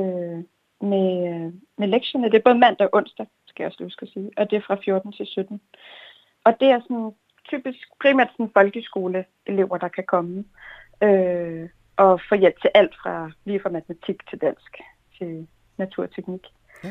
med lektierne. Det er både mandag og onsdag, skal jeg også huske at sige, og det er fra 14 til 17. Og det er sådan typisk primært sådan folkeskoleelever, der kan komme og få hjælp til alt lige fra matematik til dansk til naturteknik.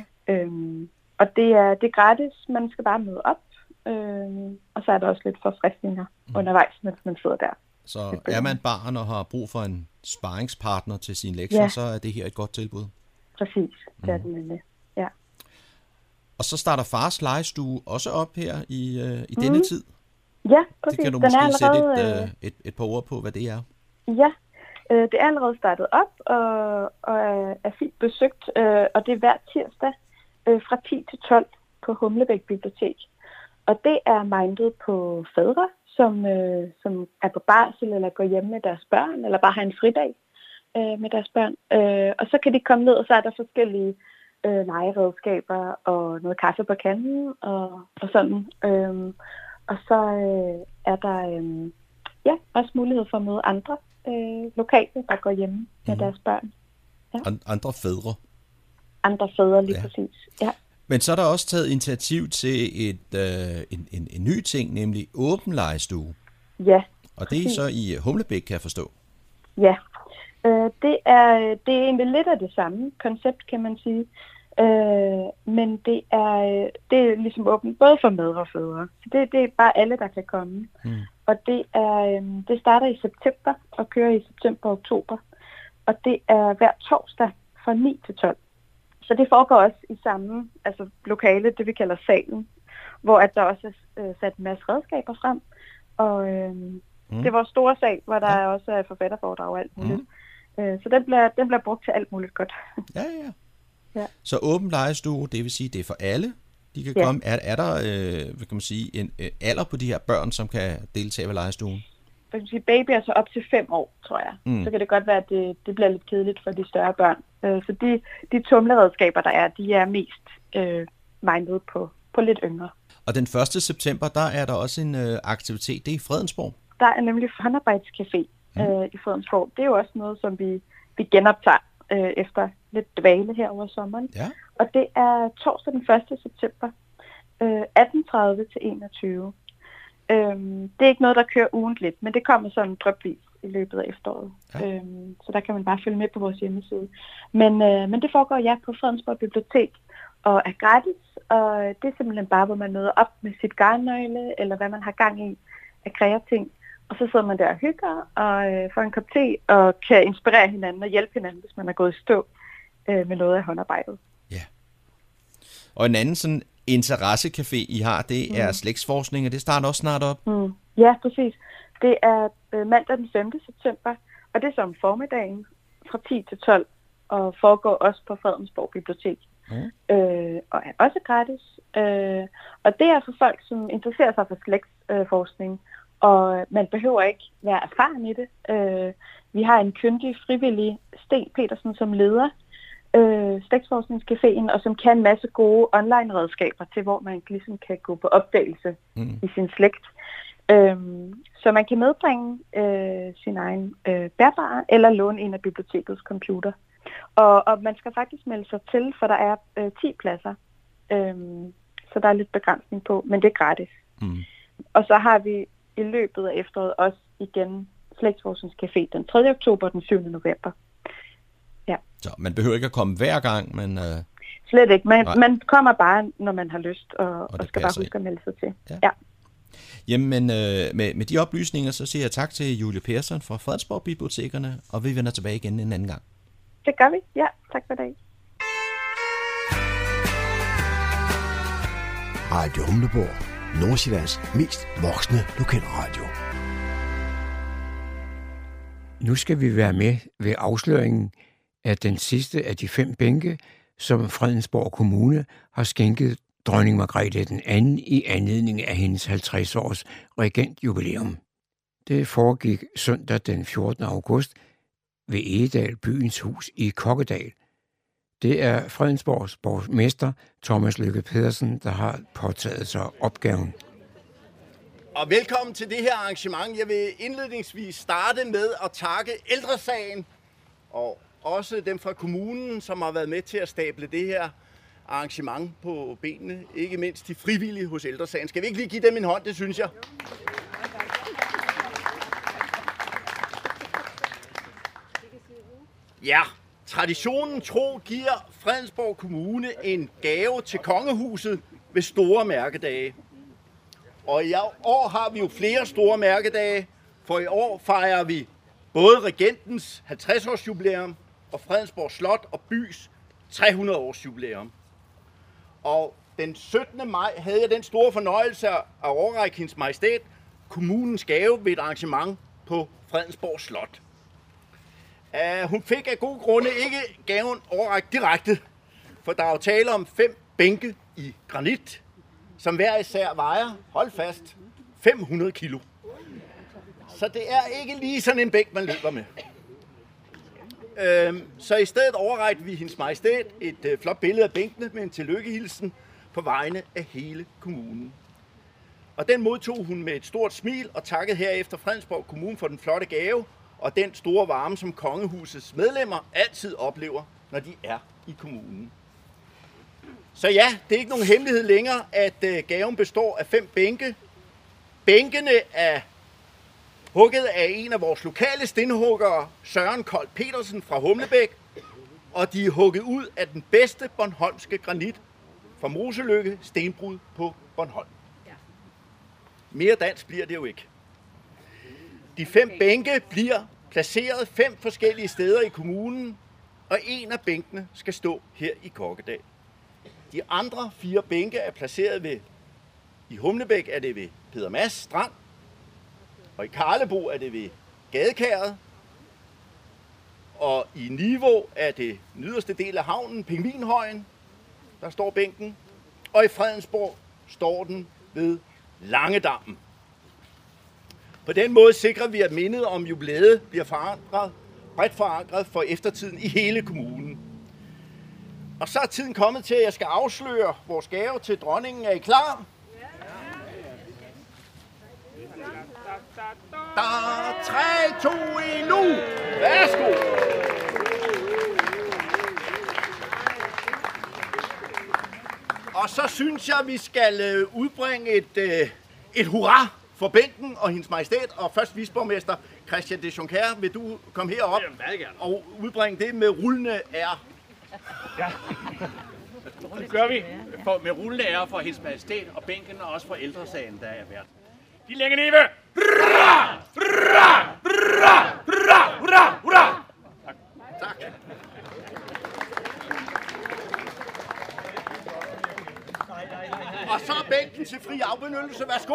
Og det er gratis, man skal bare møde op, og så er der også lidt forfriskninger undervejs, mens man sidder der. Så er man barn og har brug for en sparringspartner til sine lektier, så er det her et godt tilbud. Præcis, det er det nemlig. Ja. Og så starter Fars Legestue også op her i denne tid. Ja, præcis. Det kan du måske sætte et par ord på, hvad det er. Ja, det er allerede startet op og er fint besøgt, og det er hver tirsdag fra 10 til 12 på Humlebæk Bibliotek. Og det er mindet på fædre, som er på barsel eller går hjem med deres børn, eller bare har en fridag med deres børn. Og så kan de komme ned, og så er der forskellige legeredskaber og noget kaffe på kanden og sådan. Og så er der også mulighed for at møde andre lokale, der går hjemme med deres børn. Ja. Andre fædre? Andre fædre, lige præcis, ja. Men så er der også taget initiativ til en ny ting, nemlig åben legestue. Ja. Og det er så i Humlebæk, kan jeg forstå. Ja, det er egentlig lidt af det samme koncept, kan man sige. Men det er ligesom åbent både for mødre og fædre. Så det er bare alle, der kan komme. Og det starter i september og kører i september og oktober. Og det er hver torsdag fra 9 til 12. Så det foregår også i samme lokale, det vi kalder salen, hvor at der også er sat en masse redskaber frem. Og det er vores store sal, hvor der også er forfatterforedrag og alt muligt. Så den bliver brugt til alt muligt godt. Ja. Så åben legestue, det vil sige, det er for alle, de kan komme. Er der, hvad kan man sige, en alder på de her børn, som kan deltage ved legestuen? Jeg kan sige, babyer så op til 5 år, tror jeg. Så kan det godt være, at det bliver lidt kedeligt for de større børn. Så de tumleredskaber, der er, de er mest mindet på lidt yngre. Og den 1. september, der er der også en aktivitet, det er i Fredensborg. Der er nemlig håndarbejdscafé i Fredensborg. Det er jo også noget, som vi genoptager efter lidt dvale her over sommeren. Ja. Og det er torsdag den 1. september, 18:30 til 21. Det er ikke noget, der kører ugentligt, men det kommer sådan drypvis i løbet af efteråret. Ja. Så der kan man bare følge med på vores hjemmeside. Men det foregår på Fredensborg Bibliotek og er gratis, og det er simpelthen bare, hvor man møder op med sit garnnøgle, eller hvad man har gang i af kreating. Og så sidder man der og hygger og får en kop te og kan inspirere hinanden og hjælpe hinanden, hvis man er gået i stå med noget af håndarbejdet. Ja. Og en anden sådan interessecafé, I har, det er slægtsforskning, og det starter også snart op. Ja, præcis. Det er mandag den 5. september, og det er som formiddagen fra 10 til 12, og foregår også på Fredensborg Bibliotek. Og er også gratis. Og det er for folk, som interesserer sig for slægtsforskning, og man behøver ikke være erfaren i det. Vi har en kyndig, frivillig Sten Petersen som leder Slægtsforskningscaféen, og som kan en masse gode online-redskaber til, hvor man ligesom kan gå på opdagelse i sin slægt. Så man kan medbringe sin egen bærbare eller låne en af bibliotekets computer. Og man skal faktisk melde sig til, for der er 10 pladser. Så der er lidt begrænsning på, men det er gratis. Og så har vi i løbet af efteråret også igen Slægtsforskningscafé den 3. oktober og den 7. november. Ja. Så man behøver ikke at komme hver gang, men... Slet ikke. Man kommer bare, når man har lyst, og skal bare huske at melde sig til. Ja. Jamen, med de oplysninger, så siger jeg tak til Julie Persson fra Fredensborg Bibliotekerne, og vi vender tilbage igen en anden gang. Det gør vi. Ja, tak for det. Radio Humleborg. Nordsjællands mest voksne lokalradio. Nu skal vi være med ved afsløringen af den sidste af de 5 bænke, som Fredensborg Kommune har skænket dronning Margrethe den anden i anledning af hendes 50-års regentjubilæum. Det foregik søndag den 14. august ved Egedal Byens Hus i Kokkedal. Det er Fredensborgs borgmester Thomas Lykke Pedersen, der har påtaget sig opgaven. Og velkommen til det her arrangement. Jeg vil indledningsvis starte med at takke Ældresagen og også dem fra kommunen, som har været med til at stable det her arrangement på benene. Ikke mindst de frivillige hos Ældresagen. Skal vi ikke lige give dem en hånd, det synes jeg? Ja, traditionen tro giver Fredensborg Kommune en gave til kongehuset ved store mærkedage. Og i år har vi jo flere store mærkedage, for i år fejrer vi både regentens 50-års jubilæum og Fredensborg Slot og bys 300-års jubilæum. Og den 17. maj havde jeg den store fornøjelse at overrække hendes majestæt kommunens gave ved et arrangement på Fredensborg Slot. Hun fik af gode grunde ikke gaven overrækket direkte, for der er jo tale om 5 bænke i granit, som hver især vejer, hold fast, 500 kilo. Så det er ikke lige sådan en bænk, man løber med. Så i stedet overrækte vi hendes majestæt et flot billede af bænkene med en tillykkehilsen på vegne af hele kommunen. Og den modtog hun med et stort smil og takkede herefter Fredensborg Kommune for den flotte gave og den store varme, som kongehusets medlemmer altid oplever, når de er i kommunen. Så ja, det er ikke nogen hemmelighed længere, at gaven består af 5 bænke. Bænkene er hugget af en af vores lokale stenhuggere, Søren Kold Petersen fra Humlebæk, og de er hugget ud af den bedste bornholmske granit fra Moseløkke Stenbrud på Bornholm. Mere dansk bliver det jo ikke. De 5 bænke bliver placeret 5 forskellige steder i kommunen, og en af bænkene skal stå her i Kokkedal. De andre 4 bænke er placeret i Humlebæk er det ved Peder Mads Strand, og i Karlebo er det ved Gadekæret, og i Niveau er det yderste del af havnen, Pingvinhøjen, der står bænken, og i Fredensborg står den ved Langedammen. På den måde sikrer vi, at mindet om jubilæet bliver bredt forankret for eftertiden i hele kommunen. Og så er tiden kommet til, at jeg skal afsløre vores gave til dronningen. Er I klar? Da, 3, 2, 1, nu! Værsgo! Og så synes jeg, vi skal udbringe et hurra for bænken og hendes majestæt, og først viceborgmester Christian de Jonker. Vil du komme herop og udbringe det med rullende ære? Ja, det gør vi med rullende ære for hendes majestæt og bænken, og også for Ældresagen, der er vært. De længe neve! Hurra! Hurra! Hurra! Hurra! Hurra! Hurra! Tak. Tak. afbenyttelse. Værsgo.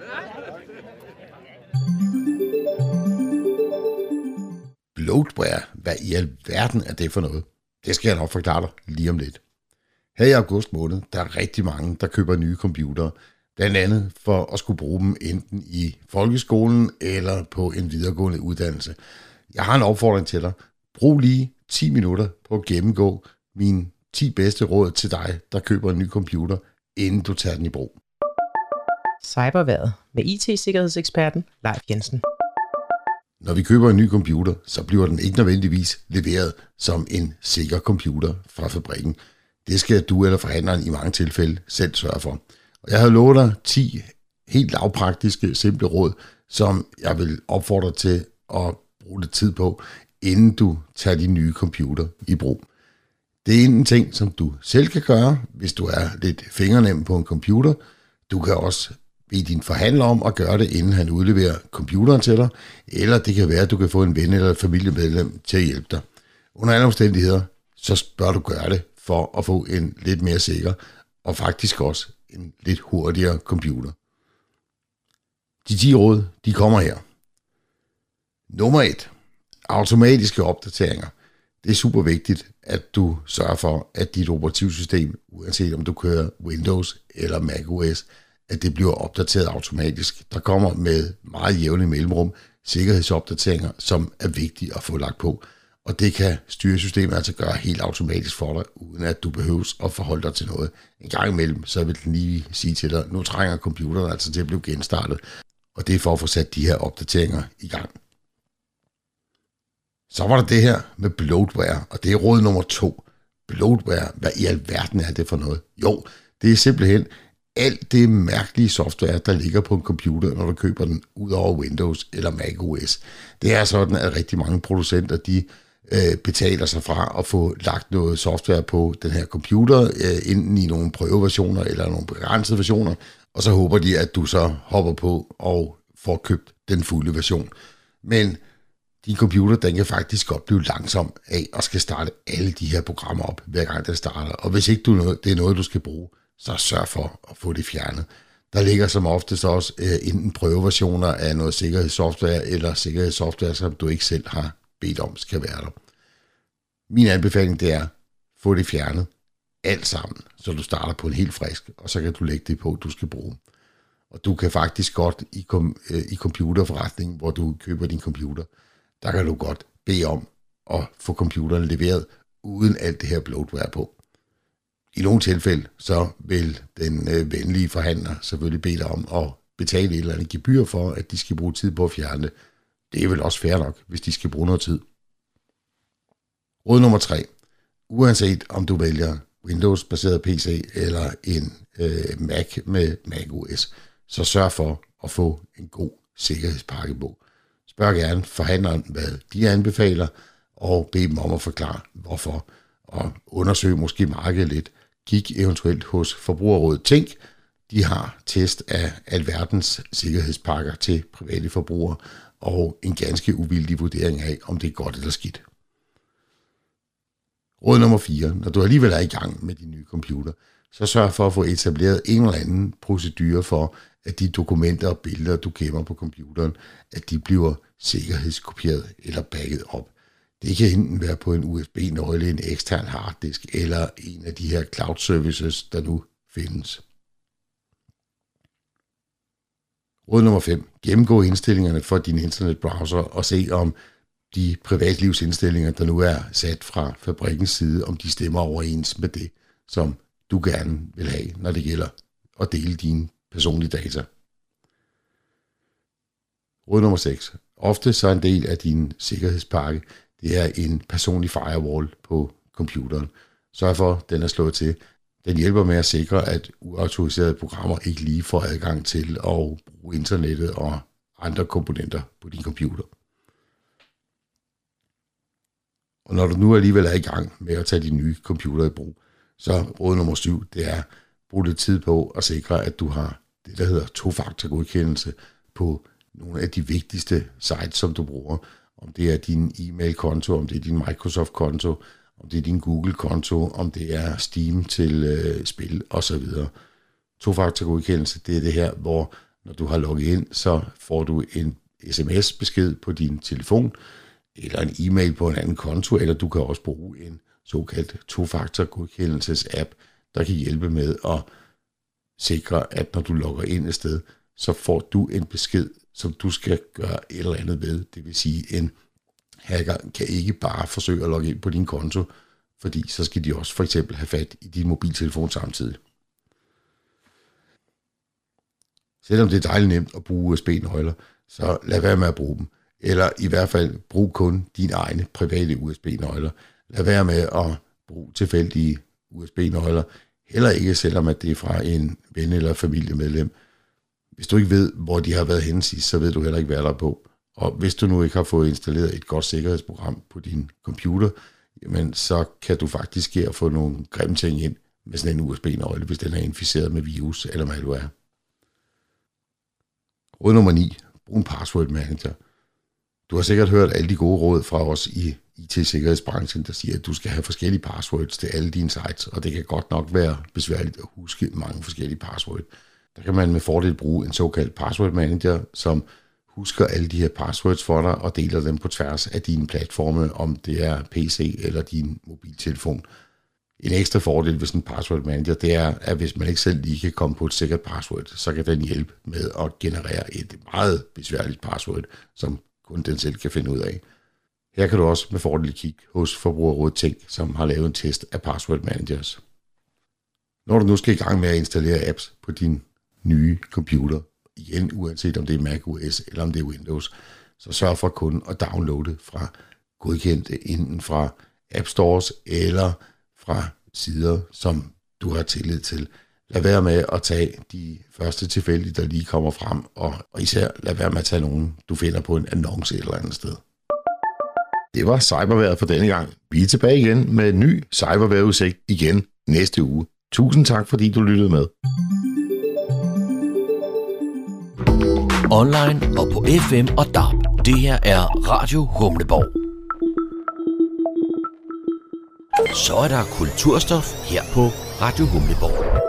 Bloatware, hvad i alverden er det for noget? Det skal jeg nok forklare dig lige om lidt. Her i august måned, der er rigtig mange, der køber nye computere, blandt andet for at skulle bruge dem enten i folkeskolen eller på en videregående uddannelse. Jeg har en opfordring til dig. Brug lige 10 minutter på at gennemgå mine 10 bedste råd til dig, der køber en ny computer, inden du tager den i brug. Cyberværet med IT-sikkerhedseksperten Leif Jensen. Når vi køber en ny computer, så bliver den ikke nødvendigvis leveret som en sikker computer fra fabrikken. Det skal du eller forhandleren i mange tilfælde selv sørge for. Og jeg har lovet dig 10 helt lavpraktiske, simple råd, som jeg vil opfordre til at bruge lidt tid på, inden du tager din nye computer i brug. Det er en ting, som du selv kan gøre, hvis du er lidt fingernem på en computer. Du kan også bede din forhandler om at gøre det, inden han udleverer computeren til dig, eller det kan være, at du kan få en ven eller et familiemedlem til at hjælpe dig. Under alle omstændigheder, så bør du gøre det for at få en lidt mere sikker, og faktisk også en lidt hurtigere computer. De 10 råd, de kommer her. Nummer 1. Automatiske opdateringer. Det er super vigtigt, at du sørger for, at dit operativsystem, uanset om du kører Windows eller macOS, at det bliver opdateret automatisk. Der kommer med meget jævnlig mellemrum sikkerhedsopdateringer, som er vigtige at få lagt på. Og det kan styresystemet altså gøre helt automatisk for dig, uden at du behøves at forholde dig til noget. En gang imellem, så vil den lige sige til dig, nu trænger computeren altså til at blive genstartet. Og det er for at få sat de her opdateringer i gang. Så var der det her med bloatware, og det er råd nummer 2. Bloatware, hvad i alverden er det for noget? Jo, det er simpelthen alt det mærkelige software, der ligger på en computer, når du køber den ud over Windows eller macOS. Det er sådan, at rigtig mange producenter, de betaler sig fra at få lagt noget software på den her computer, enten i nogle prøveversioner eller nogle begrænsede versioner, og så håber de, at du så hopper på og får købt den fulde version. Men din computer, den kan faktisk godt blive langsom af at skal starte alle de her programmer op, hver gang den starter. Og hvis ikke det er noget, du skal bruge, så sørg for at få det fjernet. Der ligger som oftest også enten prøveversioner af noget sikkerhedssoftware, eller sikkerhedssoftware, som du ikke selv har bedt om, skal være der. Min anbefaling, det er, få det fjernet alt sammen, så du starter på en helt frisk, og så kan du lægge det på, du skal bruge. Og du kan faktisk godt i computerforretningen, hvor du køber din computer, der kan du godt bede om at få computeren leveret uden alt det her bloatware på. I nogle tilfælde, så vil den venlige forhandler selvfølgelig bede dig om at betale et eller andet gebyr for, at de skal bruge tid på at fjerne det. Det er vel også fair nok, hvis de skal bruge noget tid. Råd nummer 3. Uanset om du vælger Windows-baseret PC eller en Mac med macOS, så sørg for at få en god sikkerhedspakke på. Spørg gerne forhandleren, hvad de anbefaler, og bed dem om at forklare, hvorfor. Og undersøg måske markedet lidt. Kig eventuelt hos Forbrugerrådet Tænk. De har test af alverdens sikkerhedspakker til private forbrugere, og en ganske uvildig vurdering af, om det er godt eller skidt. Råd nummer 4. Når du alligevel er i gang med din nye computer, så sørg for at få etableret en eller anden procedure for, at de dokumenter og billeder, du gemmer på computeren, at de bliver sikkerhedskopieret eller backet op. Det kan enten være på en USB-nøgle, en ekstern harddisk eller en af de her cloud services, der nu findes. Råd nummer 5. Gennemgå indstillingerne for din internetbrowser og se om de privatlivsindstillinger, der nu er sat fra fabrikkens side, om de stemmer overens med det, som du gerne vil have, når det gælder at dele dine personlige data. Råd nummer 6. Ofte så en del af din sikkerhedspakke, det er en personlig firewall på computeren. Sørg for, at den er slået til. Den hjælper med at sikre, at uautoriserede programmer ikke lige får adgang til at bruge internettet og andre komponenter på din computer. Og når du nu alligevel er i gang med at tage din nye computer i brug, så råd nummer 7, det er brug lidt tid på at sikre, at du har det, der hedder tofaktorgodkendelse på nogle af de vigtigste sites, som du bruger. Om det er din e-mail-konto, om det er din Microsoft-konto, om det er din Google-konto, om det er Steam til spil osv. Tofaktorgodkendelse, det er det her, hvor når du har logget ind, så får du en sms-besked på din telefon, eller en e-mail på en anden konto, eller du kan også bruge en såkaldt tofaktorgodkendelses-app, der kan hjælpe med at sikre, at når du logger ind et sted, så får du en besked, som du skal gøre et eller andet ved. Det vil sige, en hacker kan ikke bare forsøge at logge ind på din konto, fordi så skal de også for eksempel have fat i din mobiltelefon samtidig. Selvom det er dejligt nemt at bruge USB-nøgler, så lad være med at bruge dem. Eller i hvert fald brug kun dine egne private USB-nøgler. Lad være med at bruge tilfældige USB-nøgler. Heller ikke, selvom at det er fra en ven eller familiemedlem. Hvis du ikke ved, hvor de har været henne sidst, så ved du heller ikke, hvad der er på. Og hvis du nu ikke har fået installeret et godt sikkerhedsprogram på din computer, jamen så kan du faktisk her få nogle grimme ting ind med sådan en USB-nøgle, hvis den er inficeret med virus eller malware. Råd nummer 9. Brug en password manager. Du har sikkert hørt alle de gode råd fra os i IT-sikkerhedsbranchen, der siger, at du skal have forskellige passwords til alle dine sites, og det kan godt nok være besværligt at huske mange forskellige passwords. Der kan man med fordel bruge en såkaldt password manager, som husker alle de her passwords for dig og deler dem på tværs af dine platforme, om det er PC eller din mobiltelefon. En ekstra fordel ved sådan en password manager, det er, at hvis man ikke selv lige kan komme på et sikkert password, så kan den hjælpe med at generere et meget besværligt password, som kun den selv kan finde ud af. Her kan du også med fordel kigge hos Forbrugerrådet Tænk, som har lavet en test af password managers. Når du nu skal i gang med at installere apps på din nye computer, igen uanset om det er Mac OS eller om det er Windows, så sørg for kun at downloade fra godkendte enten fra App Stores eller fra sider, som du har tillid til. Lad være med at tage de første tilfældige, der lige kommer frem, og især lad være med at tage nogen, du finder på en annonce et eller andet sted. Det var cyberværet for denne gang. Vi er tilbage igen med en ny cyberværetudsigt igen næste uge. Tusind tak, fordi du lyttede med. Online og på FM og DAB. Det her er Radio Humleborg. Så er der kulturstof her på Radio Humleborg.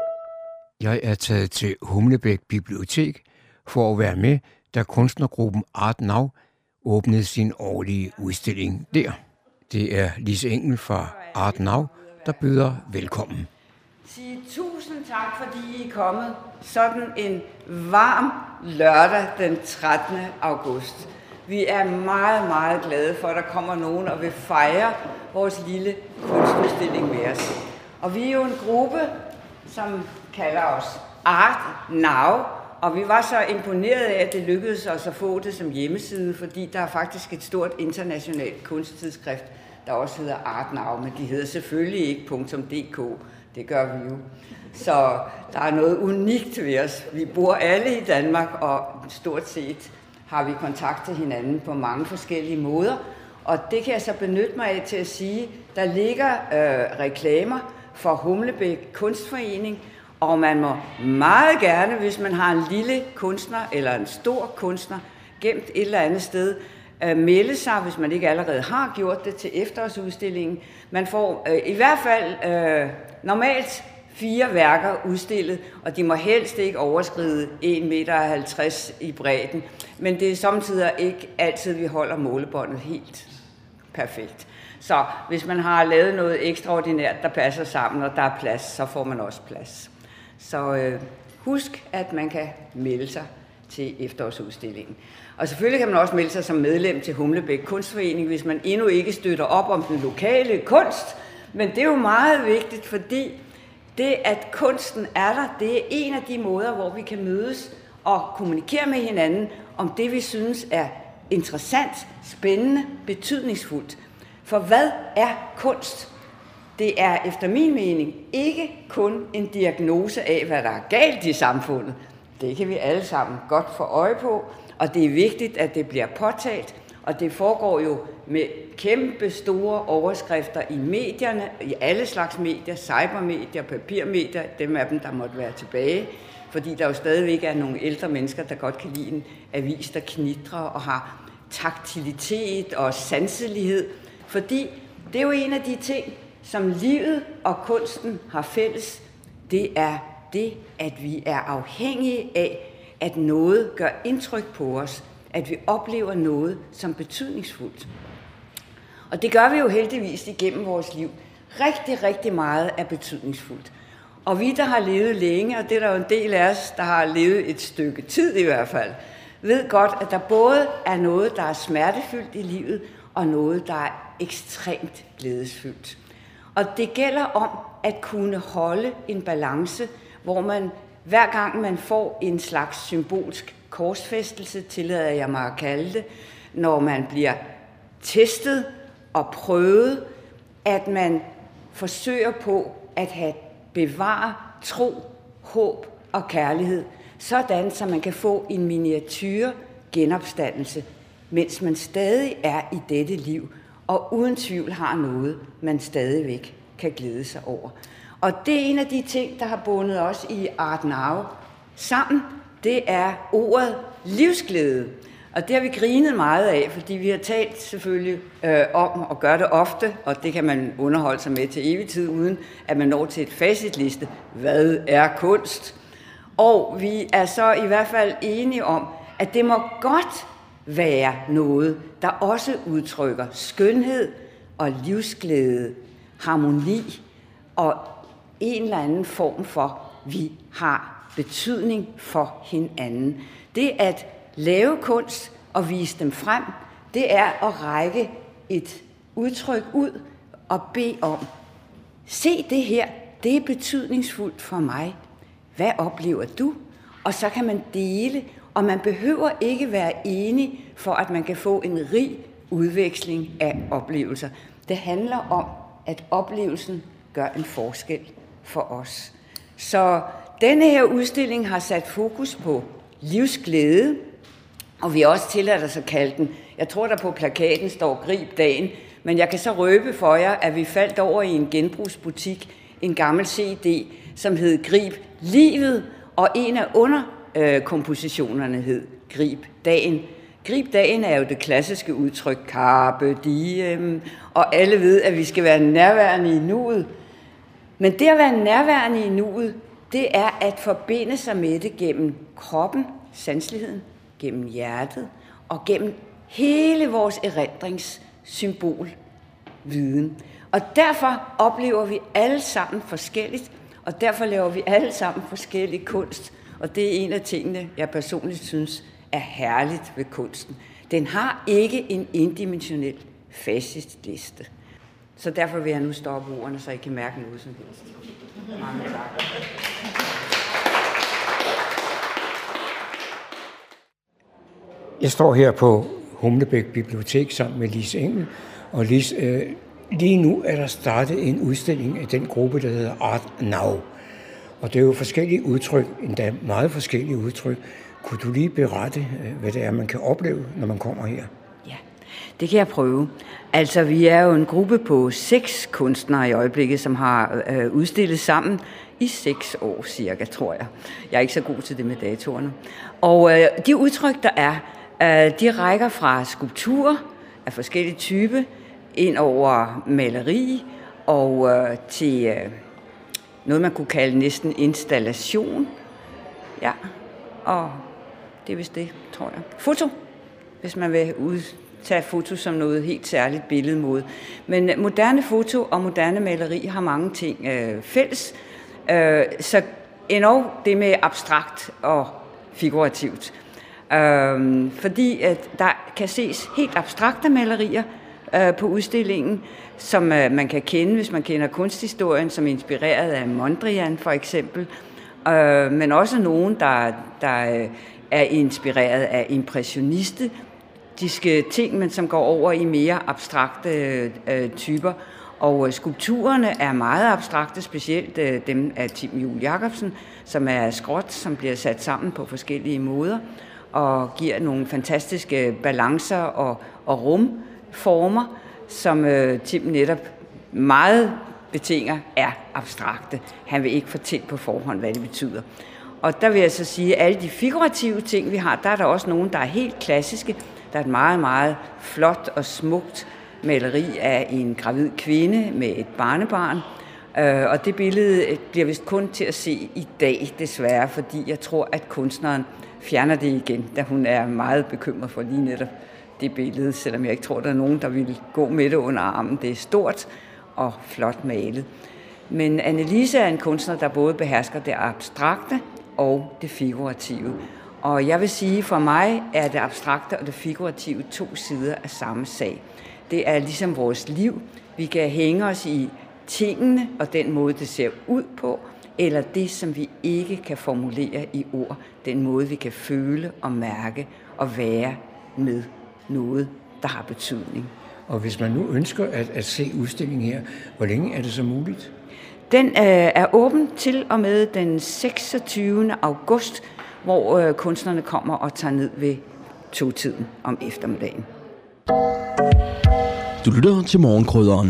Jeg er taget til Humlebæk Bibliotek for at være med, da kunstnergruppen Art Now åbnede sin årlige udstilling der. Det er Lise Engel fra Art Now, der byder velkommen. Sige tusind tak, fordi I er kommet sådan en varm lørdag den 13. august. Vi er meget, meget glade for, at der kommer nogen og vil fejre vores lille kunstudstilling med os. Og vi er jo en gruppe, som kalder os Art Now, og vi var så imponeret af, at det lykkedes os at få det som hjemmeside, fordi der er faktisk et stort internationalt kunsttidsskrift, der også hedder Art Now, men de hedder selvfølgelig ikke .dk. Det gør vi jo. Så der er noget unikt ved os. Vi bor alle i Danmark, og stort set har vi kontakt til hinanden på mange forskellige måder. Og det kan jeg så benytte mig af til at sige, der ligger reklamer for Humlebæk Kunstforening, og man må meget gerne, hvis man har en lille kunstner eller en stor kunstner gemt et eller andet sted, melde sig, hvis man ikke allerede har gjort det, til efterårsudstillingen. Man får i hvert fald normalt 4 værker udstillet, og de må helst ikke overskride 1,50 meter i bredden. Men det er samtidig ikke altid, vi holder målebåndet helt perfekt. Så hvis man har lavet noget ekstraordinært, der passer sammen, og der er plads, så får man også plads. Så husk, at man kan melde sig til efterårsudstillingen. Og selvfølgelig kan man også melde sig som medlem til Humlebæk Kunstforening, hvis man endnu ikke støtter op om den lokale kunst. Men det er jo meget vigtigt, fordi det, at kunsten er der, det er en af de måder, hvor vi kan mødes og kommunikere med hinanden om det, vi synes er interessant, spændende, betydningsfuldt. For hvad er kunst? Det er efter min mening ikke kun en diagnose af, hvad der er galt i samfundet. Det kan vi alle sammen godt få øje på, og det er vigtigt, at det bliver påtalt, og det foregår jo med kæmpe store overskrifter i medierne, i alle slags medier, cybermedier, papirmedier, dem af dem, der måtte være tilbage, fordi der jo stadigvæk er nogle ældre mennesker, der godt kan lide en avis, der knitrer og har taktilitet og sanselighed, fordi det er jo en af de ting, som livet og kunsten har fælles, det er det, at vi er afhængige af, at noget gør indtryk på os, at vi oplever noget som betydningsfuldt. Og det gør vi jo heldigvis igennem vores liv. Rigtig, rigtig meget er betydningsfuldt. Og vi, der har levet længe, og det er der jo en del af os, der har levet et stykke tid i hvert fald, ved godt, at der både er noget, der er smertefyldt i livet, og noget, der er ekstremt glædesfyldt. Og det gælder om at kunne holde en balance, hvor man hver gang man får en slags symbolsk korsfæstelse, tillader jeg mig at kalde det, når man bliver testet og prøvet, at man forsøger på at bevare tro, håb og kærlighed, sådan så man kan få en miniature genopstandelse, mens man stadig er i dette liv, og uden tvivl har noget, man stadigvæk kan glæde sig over. Og det er en af de ting, der har bundet os i Art Now sammen. Det er ordet livsglæde. Og det har vi grinet meget af, fordi vi har talt selvfølgelig om at gøre det ofte, og det kan man underholde sig med til evig tid, uden at man når til et facitliste. Hvad er kunst? Og vi er så i hvert fald enige om, at det må godt være noget, der også udtrykker skønhed og livsglæde, harmoni og en eller anden form for, vi har betydning for hinanden. Det at lave kunst og vise dem frem, det er at række et udtryk ud og bede om, se det her, det er betydningsfuldt for mig. Hvad oplever du? Og så kan man dele, og man behøver ikke være enig, for at man kan få en rig udveksling af oplevelser. Det handler om, at oplevelsen gør en forskel for os. Så denne her udstilling har sat fokus på livsglæde, og vi har også tilladt os at kalde den, jeg tror der på plakaten står Grib dagen, men jeg kan så røbe for jer, at vi faldt over i en genbrugsbutik, en gammel CD, som hed Grib livet, og en af underkompositionerne hed Grib dagen. Grib dagen er jo det klassiske udtryk, carpe diem, og alle ved, at vi skal være nærværende i nuet. Men det at være nærværende i nuet, det er at forbinde sig med det gennem kroppen, sanseligheden, gennem hjertet og gennem hele vores erindringssymbolviden. Og derfor oplever vi alle sammen forskelligt, og derfor laver vi alle sammen forskellig kunst. Og det er en af tingene, jeg personligt synes er herligt ved kunsten. Den har ikke en indimensionel facitliste. Så derfor vil jeg nu stoppe ordene, så I kan mærke noget som helst. Mange tak. Jeg står her på Humlebæk Bibliotek sammen med Lise Engel, og Lise, lige nu er der startet en udstilling af den gruppe, der hedder Art Now. Og det er jo forskellige udtryk, endda meget forskellige udtryk. Kunne du lige berette, hvad det er, man kan opleve, når man kommer her? Ja, det kan jeg prøve. Altså, vi er jo en gruppe på 6 kunstnere i øjeblikket, som har udstillet sammen i 6 år cirka, tror jeg. Jeg er ikke så god til det med datorerne. Og de udtryk, der er, de rækker fra skulpturer af forskellige typer, ind over maleri og til noget, man kunne kalde næsten installation. Ja, og det er vist det, tror jeg. Foto, hvis man vil tage foto som noget helt særligt billedmåde. Men moderne foto og moderne maleri har mange ting fælles. Så endnu det med abstrakt og figurativt. Fordi at der kan ses helt abstrakte malerier på udstillingen, som man kan kende, hvis man kender kunsthistorien, som er inspireret af Mondrian for eksempel, men også nogen, der er inspireret af impressionistiske ting, men som går over i mere abstrakte typer. Og skulpturerne er meget abstrakte, specielt dem af Tim Juel Jacobsen, som er skråt, som bliver sat sammen på forskellige måder, og giver nogle fantastiske balancer og rumformer, som Tim netop meget betinger er abstrakte. Han vil ikke fortælle på forhånd, hvad det betyder. Og der vil jeg så sige, at alle de figurative ting, vi har, der er der også nogle, der er helt klassiske. Der er et meget, meget flot og smukt maleri af en gravid kvinde med et barnebarn, Og det billede bliver vist kun til at se i dag, desværre, fordi jeg tror, at kunstneren fjerner det igen, da hun er meget bekymret for lige netop det billede, selvom jeg ikke tror, der er nogen, der vil gå med det under armen. Det er stort og flot malet. Men Annelise er en kunstner, der både behersker det abstrakte og det figurative. Og jeg vil sige, for mig er det abstrakte og det figurative 2 sider af samme sag. Det er ligesom vores liv. Vi kan hænge os i tingene og den måde, det ser ud på, eller det, som vi ikke kan formulere i ord. Den måde, vi kan føle og mærke og være med noget, der har betydning. Og hvis man nu ønsker at se udstillingen her, hvor længe er det så muligt? Den er åben til og med den 26. august, hvor kunstnerne kommer og tager ned ved 2-tiden om eftermiddagen. Du lytter til Morgenkrydderen.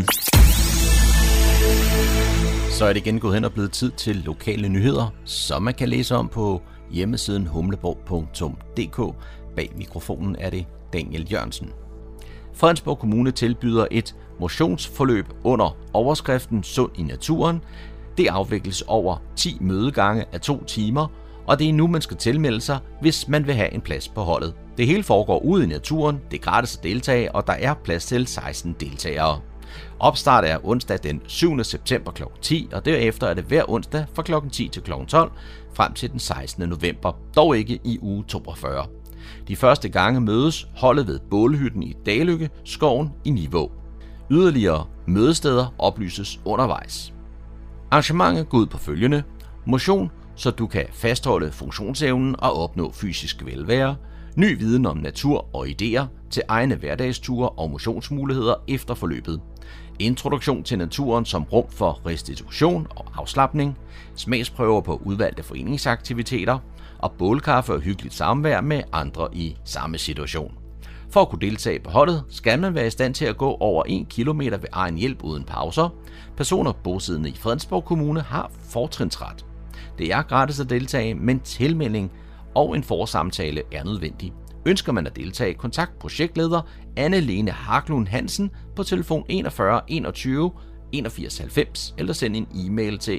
Så er det igen gået hen og blevet tid til lokale nyheder, som man kan læse om på hjemmesiden humleborg.dk. Bag mikrofonen er det Daniel Jørgensen. Fredensborg Kommune tilbyder et motionsforløb under overskriften Sund i naturen. Det afvikles over 10 mødegange af 2 timer, og det er nu, man skal tilmelde sig, hvis man vil have en plads på holdet. Det hele foregår ude i naturen, det er gratis at deltage, og der er plads til 16 deltagere. Opstart er onsdag den 7. september kl. 10, og derefter er det hver onsdag fra kl. 10 til kl. 12 frem til den 16. november, dog ikke i uge 42. De første gange mødes holdet ved Bålehytten i Daløkke, skoven i Nivå. Yderligere mødesteder oplyses undervejs. Arrangementet går ud på følgende: motion, så du kan fastholde funktionsevnen og opnå fysisk velvære, ny viden om natur og idéer til egne hverdagsture og motionsmuligheder efter forløbet, introduktion til naturen som rum for restitution og afslapning, smagsprøver på udvalgte foreningsaktiviteter og bålkaffe og hyggeligt samvær med andre i samme situation. For at kunne deltage på holdet, skal man være i stand til at gå over 1 kilometer ved egen hjælp uden pauser. Personer bosiddende i Fredensborg Kommune har fortrinsret. Det er gratis at deltage, men tilmelding og en forsamtale er nødvendig. Ønsker man at deltage, kontakt projektleder Anne-Lene Harklund Hansen på telefon 41 21 81 90 eller send en e-mail til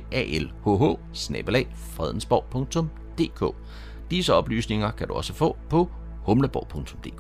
alhh@fredensborg.dk. Disse oplysninger kan du også få på humleborg.dk.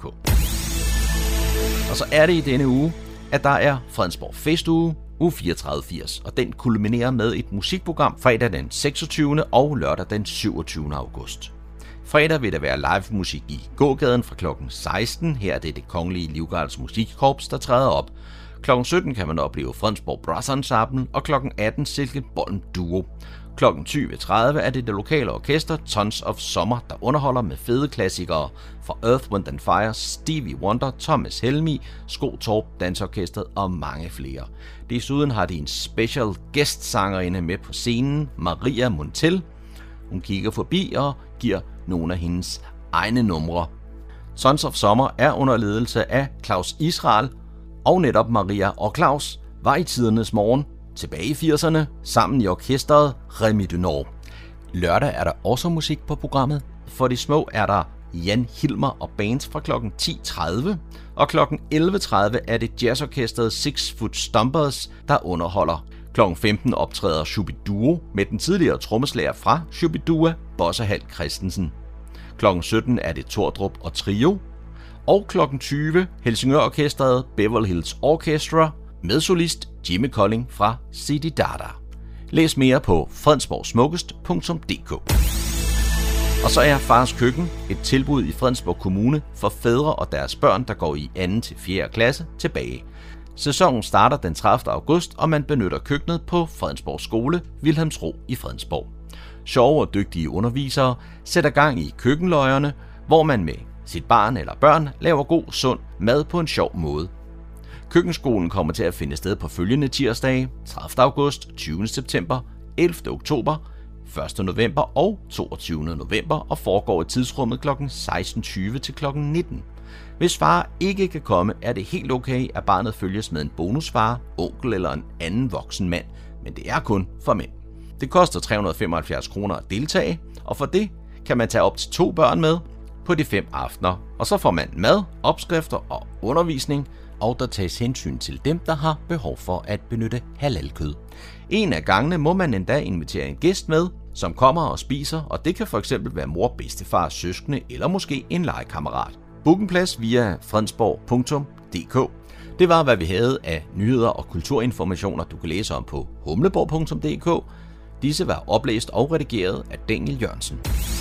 Og så er det i denne uge, at der er Fredensborg Festuge, uge 3480, og den kulminerer med et musikprogram fredag den 26. og lørdag den 27. august. Fredag vil der være live musik i gågaden fra kl. 16. Her er det Kongelige Livgardes Musikkorps, der træder op. Kl. 17 kan man opleve Fredensborg Brass Ensemble, og kl. 18 Silkeborg Duo. Kl. 20.30 er det lokale orkester Tons of Summer, der underholder med fede klassikere fra Earth, Wind & Fire, Stevie Wonder, Thomas Helmig, Skotorp, Dansorkestret og mange flere. Desuden har de en special gæstsangerinde med på scenen, Maria Montel. Hun kigger forbi og giver nogle af hendes egne numre. Sons of Summer er under ledelse af Claus Israel, og netop Maria og Claus var i tidernes morgen tilbage i 80'erne sammen i orkestret Remy du Nord. Lørdag er der også musik på programmet. For de små er der Jan Hilmer og bands fra kl. 10.30, og kl. 11.30 er det jazzorkestret Six Foot Stompers, der underholder. Kl. 15 optræder Shubiduo med den tidligere trommeslager fra Shubidua, Bosse Hald Christensen. Kl. 17 er det Tordrup og Trio, og kl. 20 Helsingør-orkestret Beverly Hills Orchestra med solist Jimmy Colling fra CD Dada. Læs mere på fredensborgsmukkest.dk. Og så er Fars Køkken et tilbud i Fredensborg Kommune for fædre og deres børn, der går i 2. til 4. klasse tilbage. Sæsonen starter den 30. august, og man benytter køkkenet på Fredensborg Skole, Vilhelmsro i Fredensborg. Sjove og dygtige undervisere sætter gang i køkkenløjerne, hvor man med sit barn eller børn laver god, sund mad på en sjov måde. Køkkenskolen kommer til at finde sted på følgende tirsdage: 30. august, 20. september, 11. oktober, 1. november og 22. november og foregår i tidsrummet kl. 16.20 til kl. 19. Hvis far ikke kan komme, er det helt okay, at barnet følges med en bonusfar, onkel eller en anden voksen mand, men det er kun for mænd. Det koster 375 kroner at deltage, og for det kan man tage op til 2 børn med. på de 5 aftener, og så får man mad, opskrifter og undervisning, og der tages hensyn til dem, der har behov for at benytte halalkød. En af gangene må man endda invitere en gæst med, som kommer og spiser, og det kan fx være mor, bedstefar, søskende eller måske en legekammerat. Book en plads via fredensborg.dk. Det var, hvad vi havde af nyheder og kulturinformationer, du kan læse om på humleborg.dk. Disse var oplæst og redigeret af Daniel Jørgensen.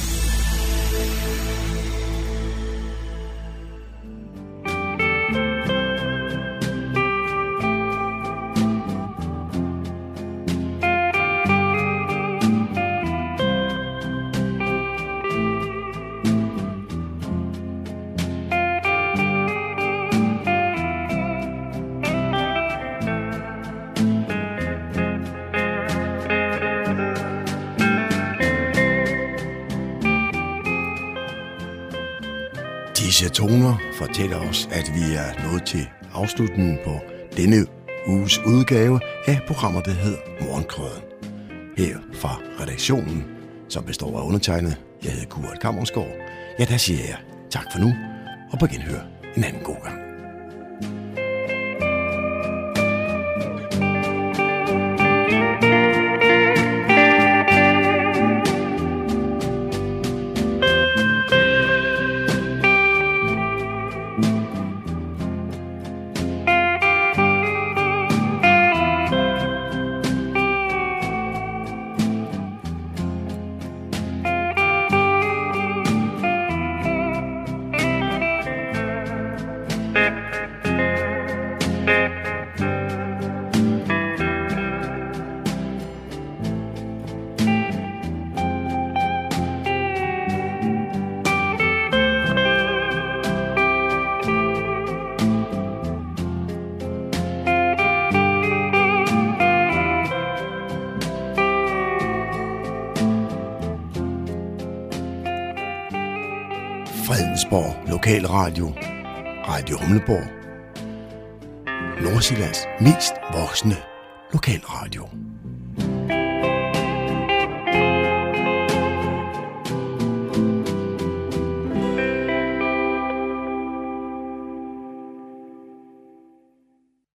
Disse toner fortæller os, at vi er nået til afslutningen på denne uges udgave af programmet, der hedder Morgenkrøden. Her fra redaktionen, som består af undertegnet, jeg hedder Kurt Kammersgaard. Ja, der siger jeg tak for nu, og på genhør en anden god gang. Fredensborg Lokalradio, Radio Humleborg, Nordsjællands mest voksne lokalradio.